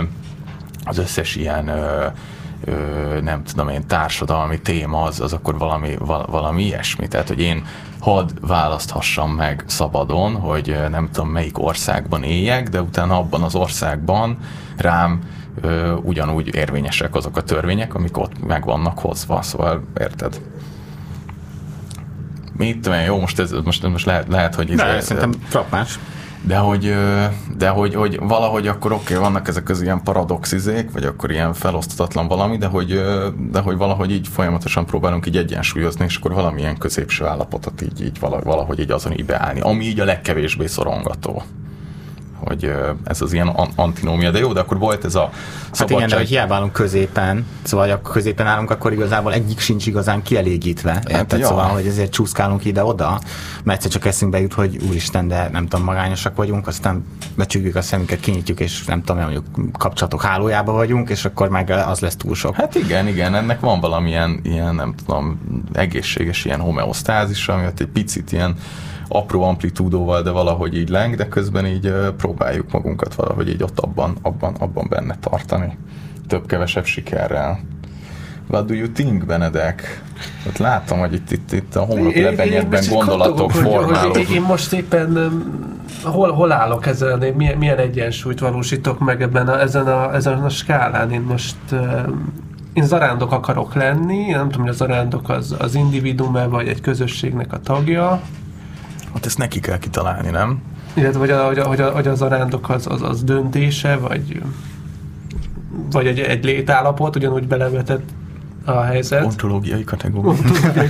ilyen nem tudom én, társadalmi téma az akkor valami ilyesmi. Tehát, hogy én hadd választhassam meg szabadon, hogy nem tudom melyik országban éljek, de utána abban az országban rám ugyanúgy érvényesek azok a törvények, amik ott meg vannak hozva. Szóval érted? Mit tudom én, jó, most lehet, hogy... Szerintem frappás. De hogy valahogy akkor vannak ezek az ilyen paradoxizék, vagy akkor ilyen felosztatatlan valami, de hogy valahogy így folyamatosan próbálunk így egyensúlyozni, és akkor valamilyen középső állapotot így valahogy így azon így beállni, ami így a legkevésbé szorongató. Hogy ez az ilyen antinómia, de jó, de akkor volt ez a szabadság. Hát igen, de hogy hiába állunk középen, szóval ha középen állunk, akkor igazából egyik sincs igazán kielégítve. Hát, szóval, hogy ezért csúszkálunk ide-oda, mert egyszer csak eszünkbe jut, hogy úristen, de nem tudom, magányosak vagyunk, aztán becsukjuk a szemünket, kinyitjuk, és nem tudom, mondjuk kapcsolatok hálójába vagyunk, és akkor meg az lesz túl sok. Hát igen, ennek van valamilyen ilyen, nem tudom, egészséges ilyen homeosztázis, ami egy picit ilyen apró amplitúdóval, de valahogy így leng, de közben így próbáljuk magunkat valahogy így ott abban benne tartani. Több-kevesebb sikerrel. What do you think, Benedek? Ott látom, hogy itt a homloklebenyedben gondolatok formálódnak. Én most éppen hol állok ezen, milyen egyensúlyt valósítok meg ezen a skálán. Én zarándok akarok lenni, nem tudom, hogy a zarándok az individuum-e, vagy egy közösségnek a tagja. Hát ezt neki kell kitalálni, nem? Illetve, hogy a zarándok az döntése, vagy egy létállapot, ugyanúgy belevetett a helyzet. Ontológiai kategória.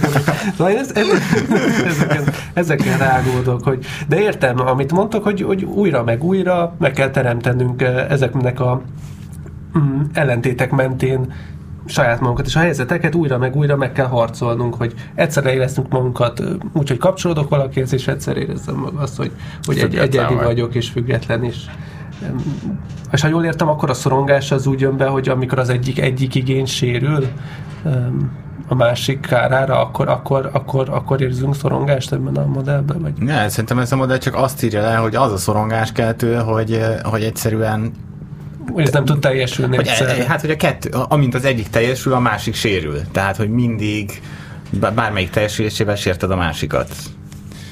Ezeken rágódok, de értem, amit mondtok, hogy újra meg kell teremtenünk ezeknek a ellentétek mentén saját magunkat, és a helyzeteket újra meg kell harcolnunk, hogy egyszerre érezzünk magunkat úgy, hogy kapcsolódok valakihez, és egyszer érezzem meg azt, hogy egyedi vagyok, és független is. És ha jól értem, akkor a szorongás az úgy jön be, hogy amikor az egyik igény sérül a másik kárára, akkor érzünk szorongást ebben a modellben? Vagy? Ne, szerintem ez a modell csak azt írja le, hogy az a szorongáskeltő, hogy egyszerűen hogy ez nem tud teljesülni. Hát, hogy a kettő, amint az egyik teljesül, a másik sérül. Tehát, hogy mindig bármelyik teljesülésével sérted a másikat.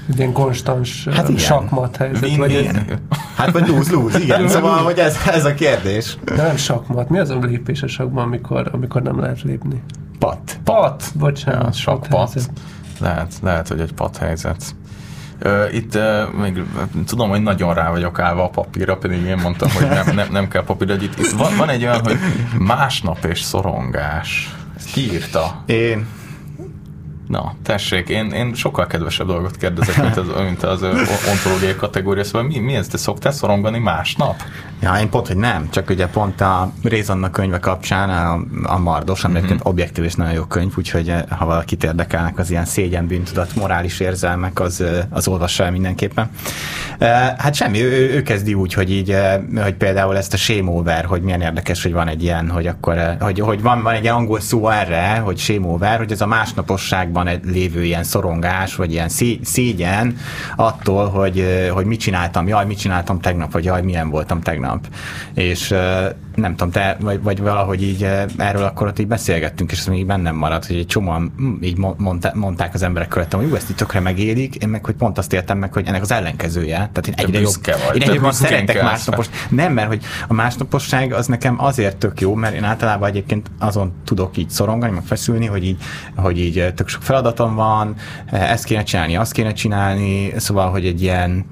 ilyen konstans sakmat helyzet. Hát vagy lose-lose, igen. Szóval, hogy ez a kérdés. De nem sakmat. Mi az a lépés a sakban, amikor nem lehet lépni? Pat. Bocsánat. Ja, sakpat. Lehet, hogy egy padhelyzet. Itt még tudom, hogy nagyon rá vagyok állva a papírra, pedig én mondtam, hogy nem kell papír, de itt van egy olyan, hogy másnap és szorongás. Ezt ki írta? Én. Na, tessék, én sokkal kedvesebb dolgot kérdezek, mint az ontológiai kategória, szóval mi ez? Te szoktál szorongani másnap? Ja, én pont, hogy nem, csak ugye pont a Rézanna könyve kapcsán a Mardos, ami objektív és nagyon jó könyv, úgyhogy ha valakit érdekelnek az ilyen szégyen, bűntudat, morális érzelmek, az olvassa el mindenképpen. Hát semmi, ő kezdi úgy, hogy így, hogy például ezt a shame over, hogy milyen érdekes, hogy van egy ilyen, hogy akkor, hogy van egy angol szó erre, hogy shame over, hogy ez a másnaposságban lévő ilyen szorongás, vagy ilyen szégyen attól, hogy mit csináltam tegnap, vagy jaj, milyen voltam tegnap. És nem tudom, te, vagy valahogy így erről akkor ott így beszélgettünk, és ez még bennem maradt, hogy egy csomóan így mondták az emberek körülöttem, hogy jó, ezt így tökre megélik, én meg, hogy pont azt értem meg, hogy ennek az ellenkezője. Tehát én egyre jobban szeretek másnapos. Nem, mert hogy a másnaposság az nekem azért tök jó, mert én általában egyébként azon tudok így szorongani, meg feszülni, hogy így tök sok feladatom van, ezt kéne csinálni, azt kéne csinálni, szóval, hogy egy ilyen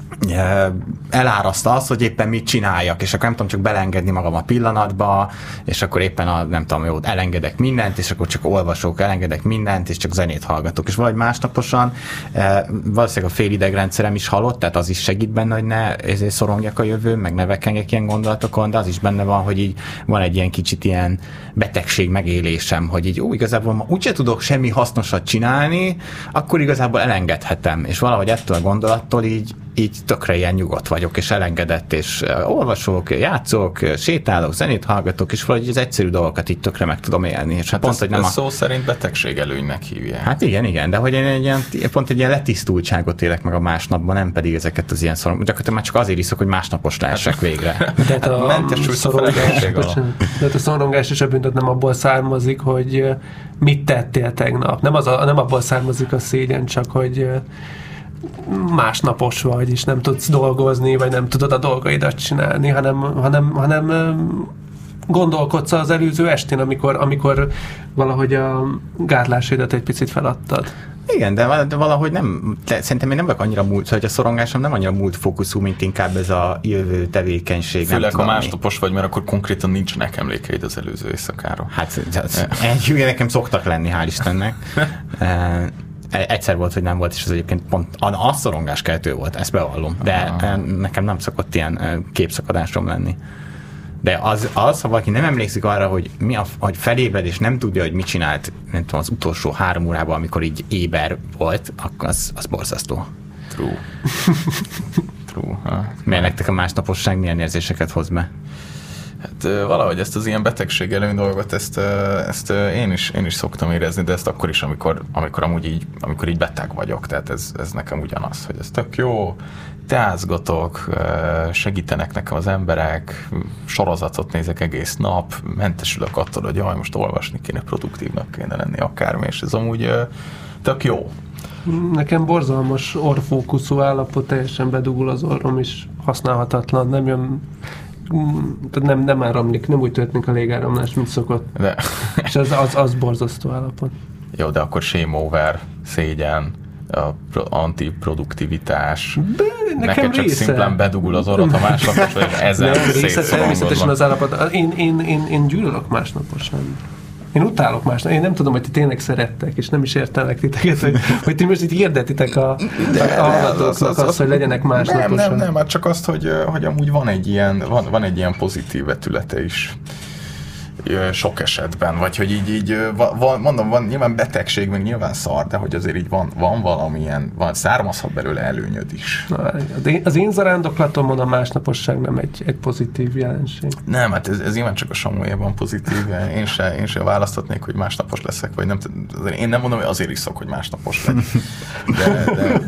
eláraszt az, hogy éppen mit csináljak, és akkor nem tudom csak belengedni magam a pillanatba, és akkor éppen nem tudom, jó, elengedek mindent, és akkor csak olvasok, elengedek mindent, és csak zenét hallgatok. És valahogy másnaposan valószínűleg a félidegrendszerem is halott, tehát az is segít benne, hogy ne szorongjak a jövőn, meg ne vekengek ilyen gondolatokon, de az is benne van, hogy így van egy ilyen kicsit ilyen betegség megélésem, hogy így igazából ma úgyse tudok semmi hasznosat csinálni, akkor igazából elengedhetem. És valahogy ettől a gondolattól így tökre ilyen nyugodt vagyok, és elengedett, és olvasok, játszok, sétálok, zenét hallgatok, és valahogy az egyszerű dolgokat így tökre meg tudom élni. És hát pont, hogy nem szó szerint betegségelőnynek hívják. Hát igen, de hogy én pont egy ilyen letisztultságot élek meg a másnapban, nem pedig ezeket az ilyen gyakorlatilag már csak azért iszok, hogy másnapos lehessek végre. De a szorongás és a bűntudat nem abból származik, hogy mit tettél tegnap. Nem abból származik a szégyen, csak hogy másnapos vagy, és nem tudsz dolgozni, vagy nem tudod a dolgaidat csinálni, hanem gondolkodsz az előző estén, amikor valahogy a gátlásaidat egy picit feladtad. Igen, de valahogy nem, szerintem én nem vagyok annyira múlt, hogy a szorongásom nem annyira múlt fókuszú, mint inkább ez a jövő tevékenység. Főleg, ha másnapos vagy, mert akkor konkrétan nincsenek emlékeid az előző éjszakáról. Hát nekem szoktak lenni, hál' Istennek. Egyszer volt, hogy nem volt, és az egyébként pont a szorongás keltő volt, ezt bevallom. De nekem nem szokott ilyen képszakadásom lenni. De az, ha valaki nem emlékszik arra, hogy hogy felébred, és nem tudja, hogy mit csinált, nem tudom, az utolsó 3 órában, amikor így éber volt, akkor az borzasztó. True. Mert nektek a másnaposság milyen érzéseket hoz be? Hát valahogy ezt az ilyen betegség előny dolgot, ezt én is szoktam érezni, de ezt akkor is, amikor így beteg vagyok, tehát ez nekem ugyanaz, hogy ez tök jó, teázgatok, segítenek nekem az emberek, sorozatot nézek egész nap, mentesülök attól, hogy jaj, most olvasni kéne, produktívnak kéne lenni akármi, és ez amúgy tök jó. Nekem borzalmas orrfókuszú állapot, teljesen bedugul az orrom, és használhatatlan, nem jön, nem áramlik, nem úgy történik a légáramlás, mint szokott. De. És az borzasztó állapot. Jó, de akkor shame over, szégyen, antiproduktivitás. Neked csak szimplán bedugul az orrod, ha másnapos vagy, ezen természetesen az állapot. Én gyűlölök másnaposan. Én utálok másnap. Én nem tudom, hogy ti tényleg szerettek, és nem is értelek titeket, hogy ti most itt hirdetitek a hallgatóknak azt, hogy legyenek másnaposan. Nem, hát csak azt, hogy amúgy van egy ilyen pozitív vetülete is. Sok esetben, vagy hogy így mondom, van nyilván betegség, meg nyilván szar, de hogy azért így van valamilyen, származhat belőle előnyöd is. Az én zarándoklatomon a másnaposság nem egy pozitív jelenség. Nem, hát ez nyilván csak a Samuelban pozitív. Én se választhatnék, hogy másnapos leszek, vagy nem. Én nem mondom, hogy azért iszok, hogy másnapos legyek.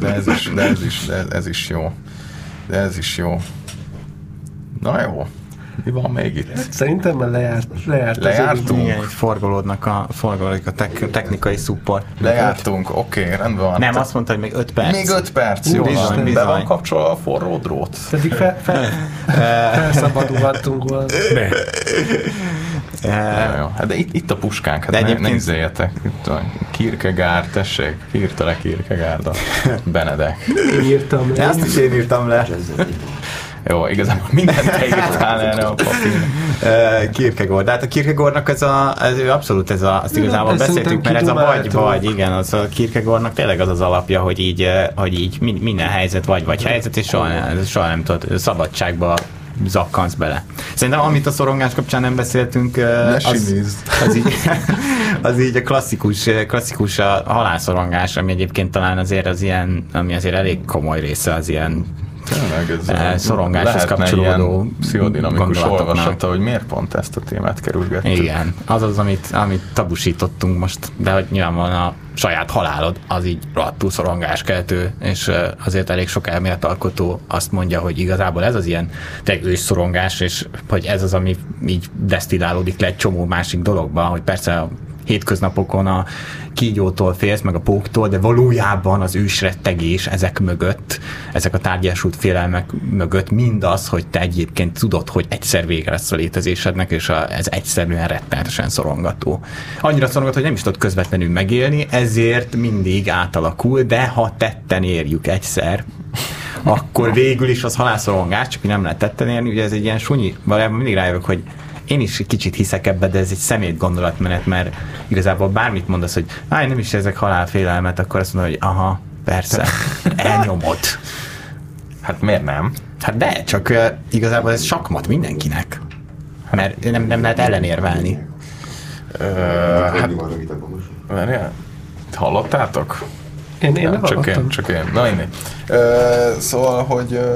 De ez is jó. Na jó. Mi van még itt? Hát, szerintem már lejártunk. Igen, itt forgolódik a technikai support. Lejártunk, oké, rendben van. Nem, azt mondta, hogy még 5 perc. Még 5 perc, jó van. Be van kapcsolva a forró drót. Pedig felszabadulhattunk volna. Jó. Hát de itt a puskánk, hát ne izéljetek. Itt a Kierkegaard, tessék, írta le Kierkegaard a Benedek. Én írtam le. Azt is én írtam le. Jó, igazából mindent te írtál erre a papír. Kierkegaard. De hát a Kierkegaardnak abszolút azt igazából beszéltük, mert ez a vagy, igen, az a Kierkegaardnak tényleg az alapja, hogy így minden helyzet vagy helyzet, és soha nem tudod, szabadságba zakkansz bele. Szerintem, amit a szorongás kapcsán nem beszéltünk, az így a klasszikus a halálszorongás, ami egyébként talán azért az ilyen, ami azért elég komoly része az ilyen szorongáshoz kapcsolódó pszichodinamikus olvasata, hogy miért pont ezt a témát kerülgettük. Igen, az, amit tabusítottunk most, de hogy nyilvánvalóan a saját halálod, az így rohadtul szorongáskeltő, és azért elég sok elméletalkotó azt mondja, hogy igazából ez az ilyen ősszorongás, és hogy ez az, ami így desztillálódik le egy csomó másik dologba, hogy persze a hétköznapokon a kígyótól félsz, meg a póktól, de valójában az ősrettegés ezek mögött, ezek a tárgyasult félelmek mögött mindaz, hogy te egyébként tudod, hogy egyszer vége lesz a létezésednek, és ez egyszerűen rettenetesen szorongató. Annyira szorongató, hogy nem is tudod közvetlenül megélni, ezért mindig átalakul, de ha tetten érjük egyszer, akkor végül is az halálszorongás, csak nem lehet tetten érni, ugye ez egy ilyen sunyi, valójában mindig rájövök, hogy én is kicsit hiszek ebbe, de ez egy szemét gondolatmenet, mert igazából bármit mondasz, hogy nem is ezek halálfélelmet, akkor azt mondod, hogy aha, persze, elnyomod. Hát miért nem? Hát de, csak igazából ez sakmat mindenkinek. Mert nem lehet ellenérvelni. Hallottátok? Én nem hallottam. Csak én. Na, mindegy. Szóval,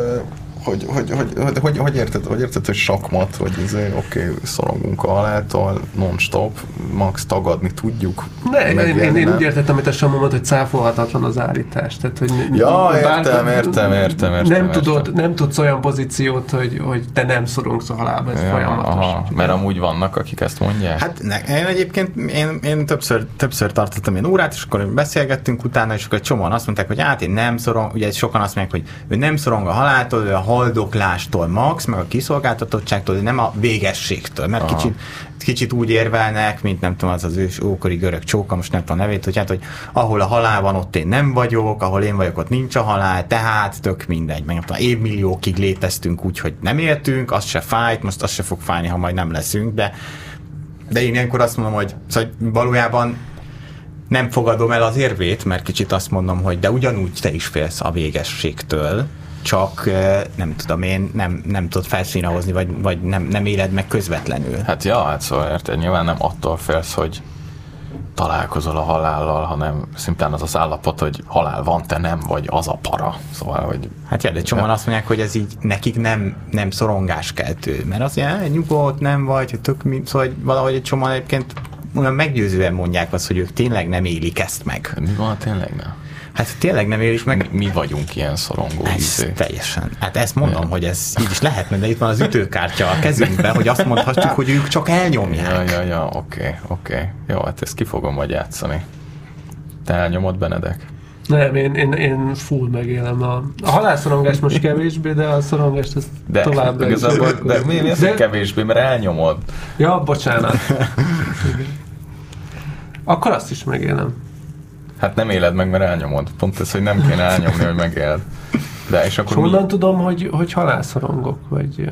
hogy érted, hogy sakmat, hogy oké, szorongunk a haláltól, non-stop, max tagadni tudjuk. Én úgy értettem, amit a Samu mondta, hogy cáfolhatatlan az állítás. Tehát, hogy értem. Nem tudsz olyan pozíciót, hogy te nem szorongsz a halálba, ez folyamatos. Aha, mert amúgy vannak, akik ezt mondják? Hát én egyébként én többször tartottam ilyen órát, és akkor beszélgettünk utána, és akkor egy csomóan azt mondták, hogy hát én nem szorong, ugye sokan azt mondják, hogy ő nem szorong a haláltól, ő a haldoklástól max, meg a kiszolgáltatottságtól, de nem a végességtől, mert kicsit úgy érvelnek, mint nem tudom, az ős ókori görög csóka, most nem tudom a nevét, hogy hát, hogy ahol a halál van, ott én nem vagyok, ahol én vagyok, ott nincs a halál, tehát tök mindegy, meg nem tudom, évmilliókig léteztünk úgy, hogy nem éltünk, az se fájt, most az se fog fájni, ha majd nem leszünk, de én ilyenkor azt mondom, hogy szóval valójában nem fogadom el az érvét, mert kicsit azt mondom, hogy de ugyanúgy te is félsz a végességtől, csak nem tudom én, nem tudod felszínre hozni, vagy nem éled meg közvetlenül. Hát szóval érted, nyilván nem attól félsz, hogy találkozol a halállal, hanem szintén az állapot, hogy halál van, te nem vagy, az a para. Szóval, hogy... Hát de csomóan azt mondják, hogy ez így nekik nem szorongáskeltő, mert az ilyen nyugodt, nem vagy, hogy szóval valahogy egy csomóan egyébként olyan meggyőzően mondják azt, hogy ők tényleg nem élik ezt meg. Mi van, tényleg nem? Hát tényleg nem élik meg. Mi vagyunk ilyen szorongó. Teljesen. Hát ezt mondom, hogy ez így is lehetne, de itt van az ütőkártya a kezünkben, hogy azt mondhatjuk, hogy ők csak elnyomják. Ja, oké. Jó, hát ezt ki fogom majd játszani. Te elnyomod, Benedek? Nem, én full megélem a halálszorongást most kevésbé, de a szorongást ezt továbbra is. De mi az, kevésbé, mert elnyomod? Ja, bocsánat. Akkor azt is megélem. Hát nem éled meg, mert elnyomod. Pont ez, hogy nem kéne elnyomni, hogy megéld. De és akkor honnan tudom, hogy halálszorongok, vagy...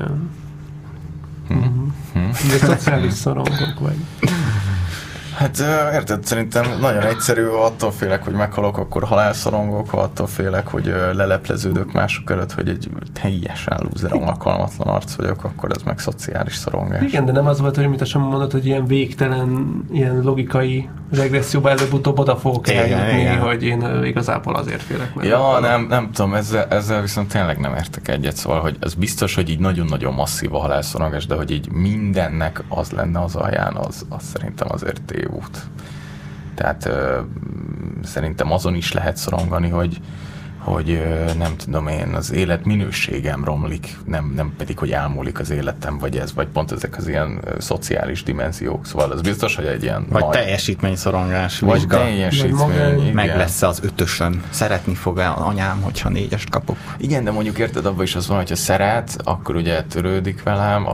De szociális szorongok, vagy... Hát érted, szerintem nagyon egyszerű, attól félek, hogy meghalok, akkor halálszorongok, attól félek, hogy lelepleződök mások előtt, hogy egy teljesen lúzer, alkalmatlan arc vagyok, akkor ez meg szociális szorongás. Igen, de nem az volt, hogy mit a Samu mondott, hogy ilyen végtelen, ilyen logikai regresszióba előbb-utóbb oda fogok eljutni, hogy én igazából azért félek. Ja, nem tudom, ezzel viszont tényleg nem értek egyet, szóval, hogy ez biztos, hogy így nagyon-nagyon masszív a halálszorongás, de hogy így mindennek az lenne az alján, az szerintem azért tévút. Tehát szerintem azon is lehet szorongani, hogy nem tudom én, az életminőségem romlik, nem pedig, hogy elmúlik az életem, vagy pont ezek az ilyen szociális dimenziók. Szóval az biztos, hogy egy ilyen vagy teljesítményszorongás, vagy teljesítmény, meg lesz az 5-ösön. Szeretni fog anyám, hogyha 4-est kapok. Igen, de mondjuk érted, abban is az van, hogyha szeret, akkor ugye törődik velem,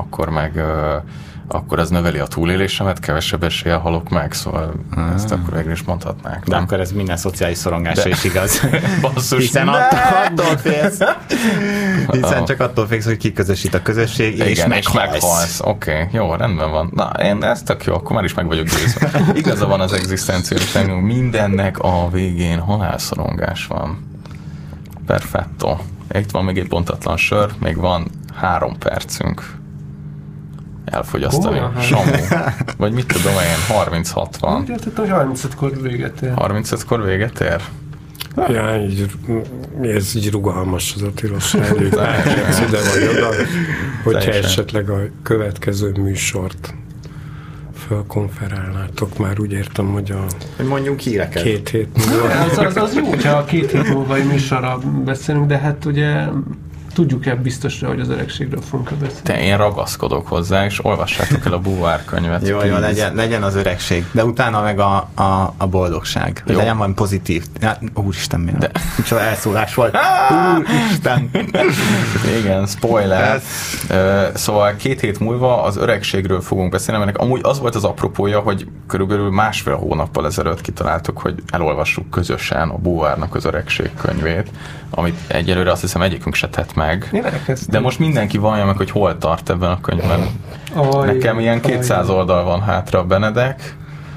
akkor az növeli a túlélésemet, kevesebb eséllyel halok meg, szóval ezt akkor végül is mondhatnák. De akkor ez minden szociális szorongásra is igaz. Basszus, hiszen attól félsz. Hiszen csak attól félsz, hogy kiközösít a közösség, igen, és meghalsz. Oké, jó, rendben van. Na, ez tök jó, akkor már is meg vagyok győzve. Igaza van az egzisztenciális lényünk, mindennek a végén halálszorongás van. Perfetto. Itt van még egy bontatlan sör, még van 3 percünk elfogyasztani. Samu. Vagy mit tudom én, 36 van. Úgy értettem, hogy 35-kor véget ér. 35-kor véget ér? Ja, ez így rugalmas az a tilos előtt. Ide vagy oda, hogyha esetleg a következő műsort fölkonferálnátok, már úgy értem, hogy mondjunk híreket. 2 hét múlva. Az jó, hogyha a 2 hét múlva műsorra beszélünk, de hát ugye tudjuk-e biztosra, hogy az öregségről fogunk beszélni? Én ragaszkodok hozzá, és olvassátok el a Búvár könyvet. Jó, legyen az öregség, de utána meg a boldogság. Hogy legyen valami pozitív. Úristen, mi? Micsoda elszólás volt. Úristen! Igen, spoiler. Szóval 2 hét múlva az öregségről fogunk beszélni, mert amúgy az volt az apropója, hogy körülbelül 1,5 hónappal ezelőtt kitaláltuk, hogy elolvassuk közösen a Búvárnak az öregség könyvét, amit egyelőre azt hiszem egyikünk se tett meg. De most mindenki vallja meg, hogy hol tart ebben a könyvben. Nekem ilyen 200 oldal van hátra a Benedek.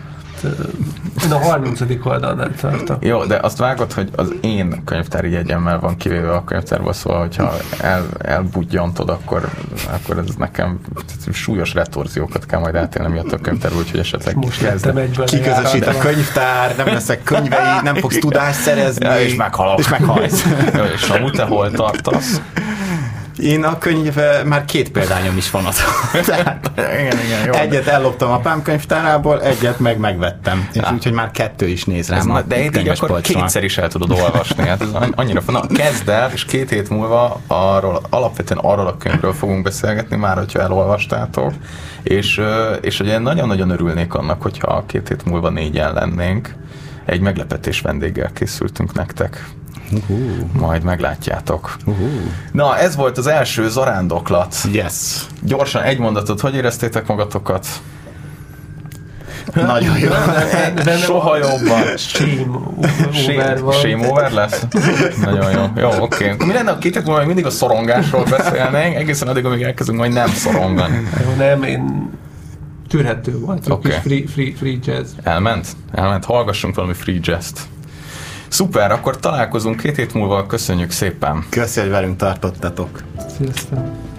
Én a 30. oldalnál tartok. Jó, de azt vágod, hogy az én könyvtári jegyemmel van kivéve a könyvtárból, szóval, hogyha elbudjantod, akkor ez nekem súlyos retorziókat kell majd átélni miatt a könyvtárból, úgyhogy esetleg kiközösít a könyvtár, nem leszek könyvei, nem fogsz tudást szerezni, ja, és meghalok. És meghalsz. Jó, és Samu, te hol tartasz? Én a könyv, már 2 példányom is van ott. Igen, jó. Egyet elloptam apám könyvtárából, egyet meg megvettem. És úgyhogy már 2 is néz rám. De így akkor 2-szer is el tudod olvasni. Hát ez annyira kezd el, és 2 hét múlva alapvetően arról a könyvről fogunk beszélgetni, már hogyha elolvastátok. És ugye nagyon-nagyon örülnék annak, hogyha 2 hét múlva 4-en lennénk. Egy meglepetés vendéggel készültünk nektek. Majd meglátjátok. Na, ez volt az első zarándoklat. Yes. Gyorsan egy mondatot, hogy éreztétek magatokat? Nagyon jó. Soha jobban. Shame over lesz? Nagyon jó. Jó, oké. Mi lenne a 2 hét múlva, mindig a szorongásról beszélnénk, egészen addig, amíg elkezdünk majd nem szorongani. Jó, nem, én tűrhető volt. Okay. Free jazz. Elment? Hallgassunk valami free jazz-t. Szuper, akkor találkozunk 2 hét múlva, köszönjük szépen. Köszönjük, hogy velünk tartottatok. Sziasztok.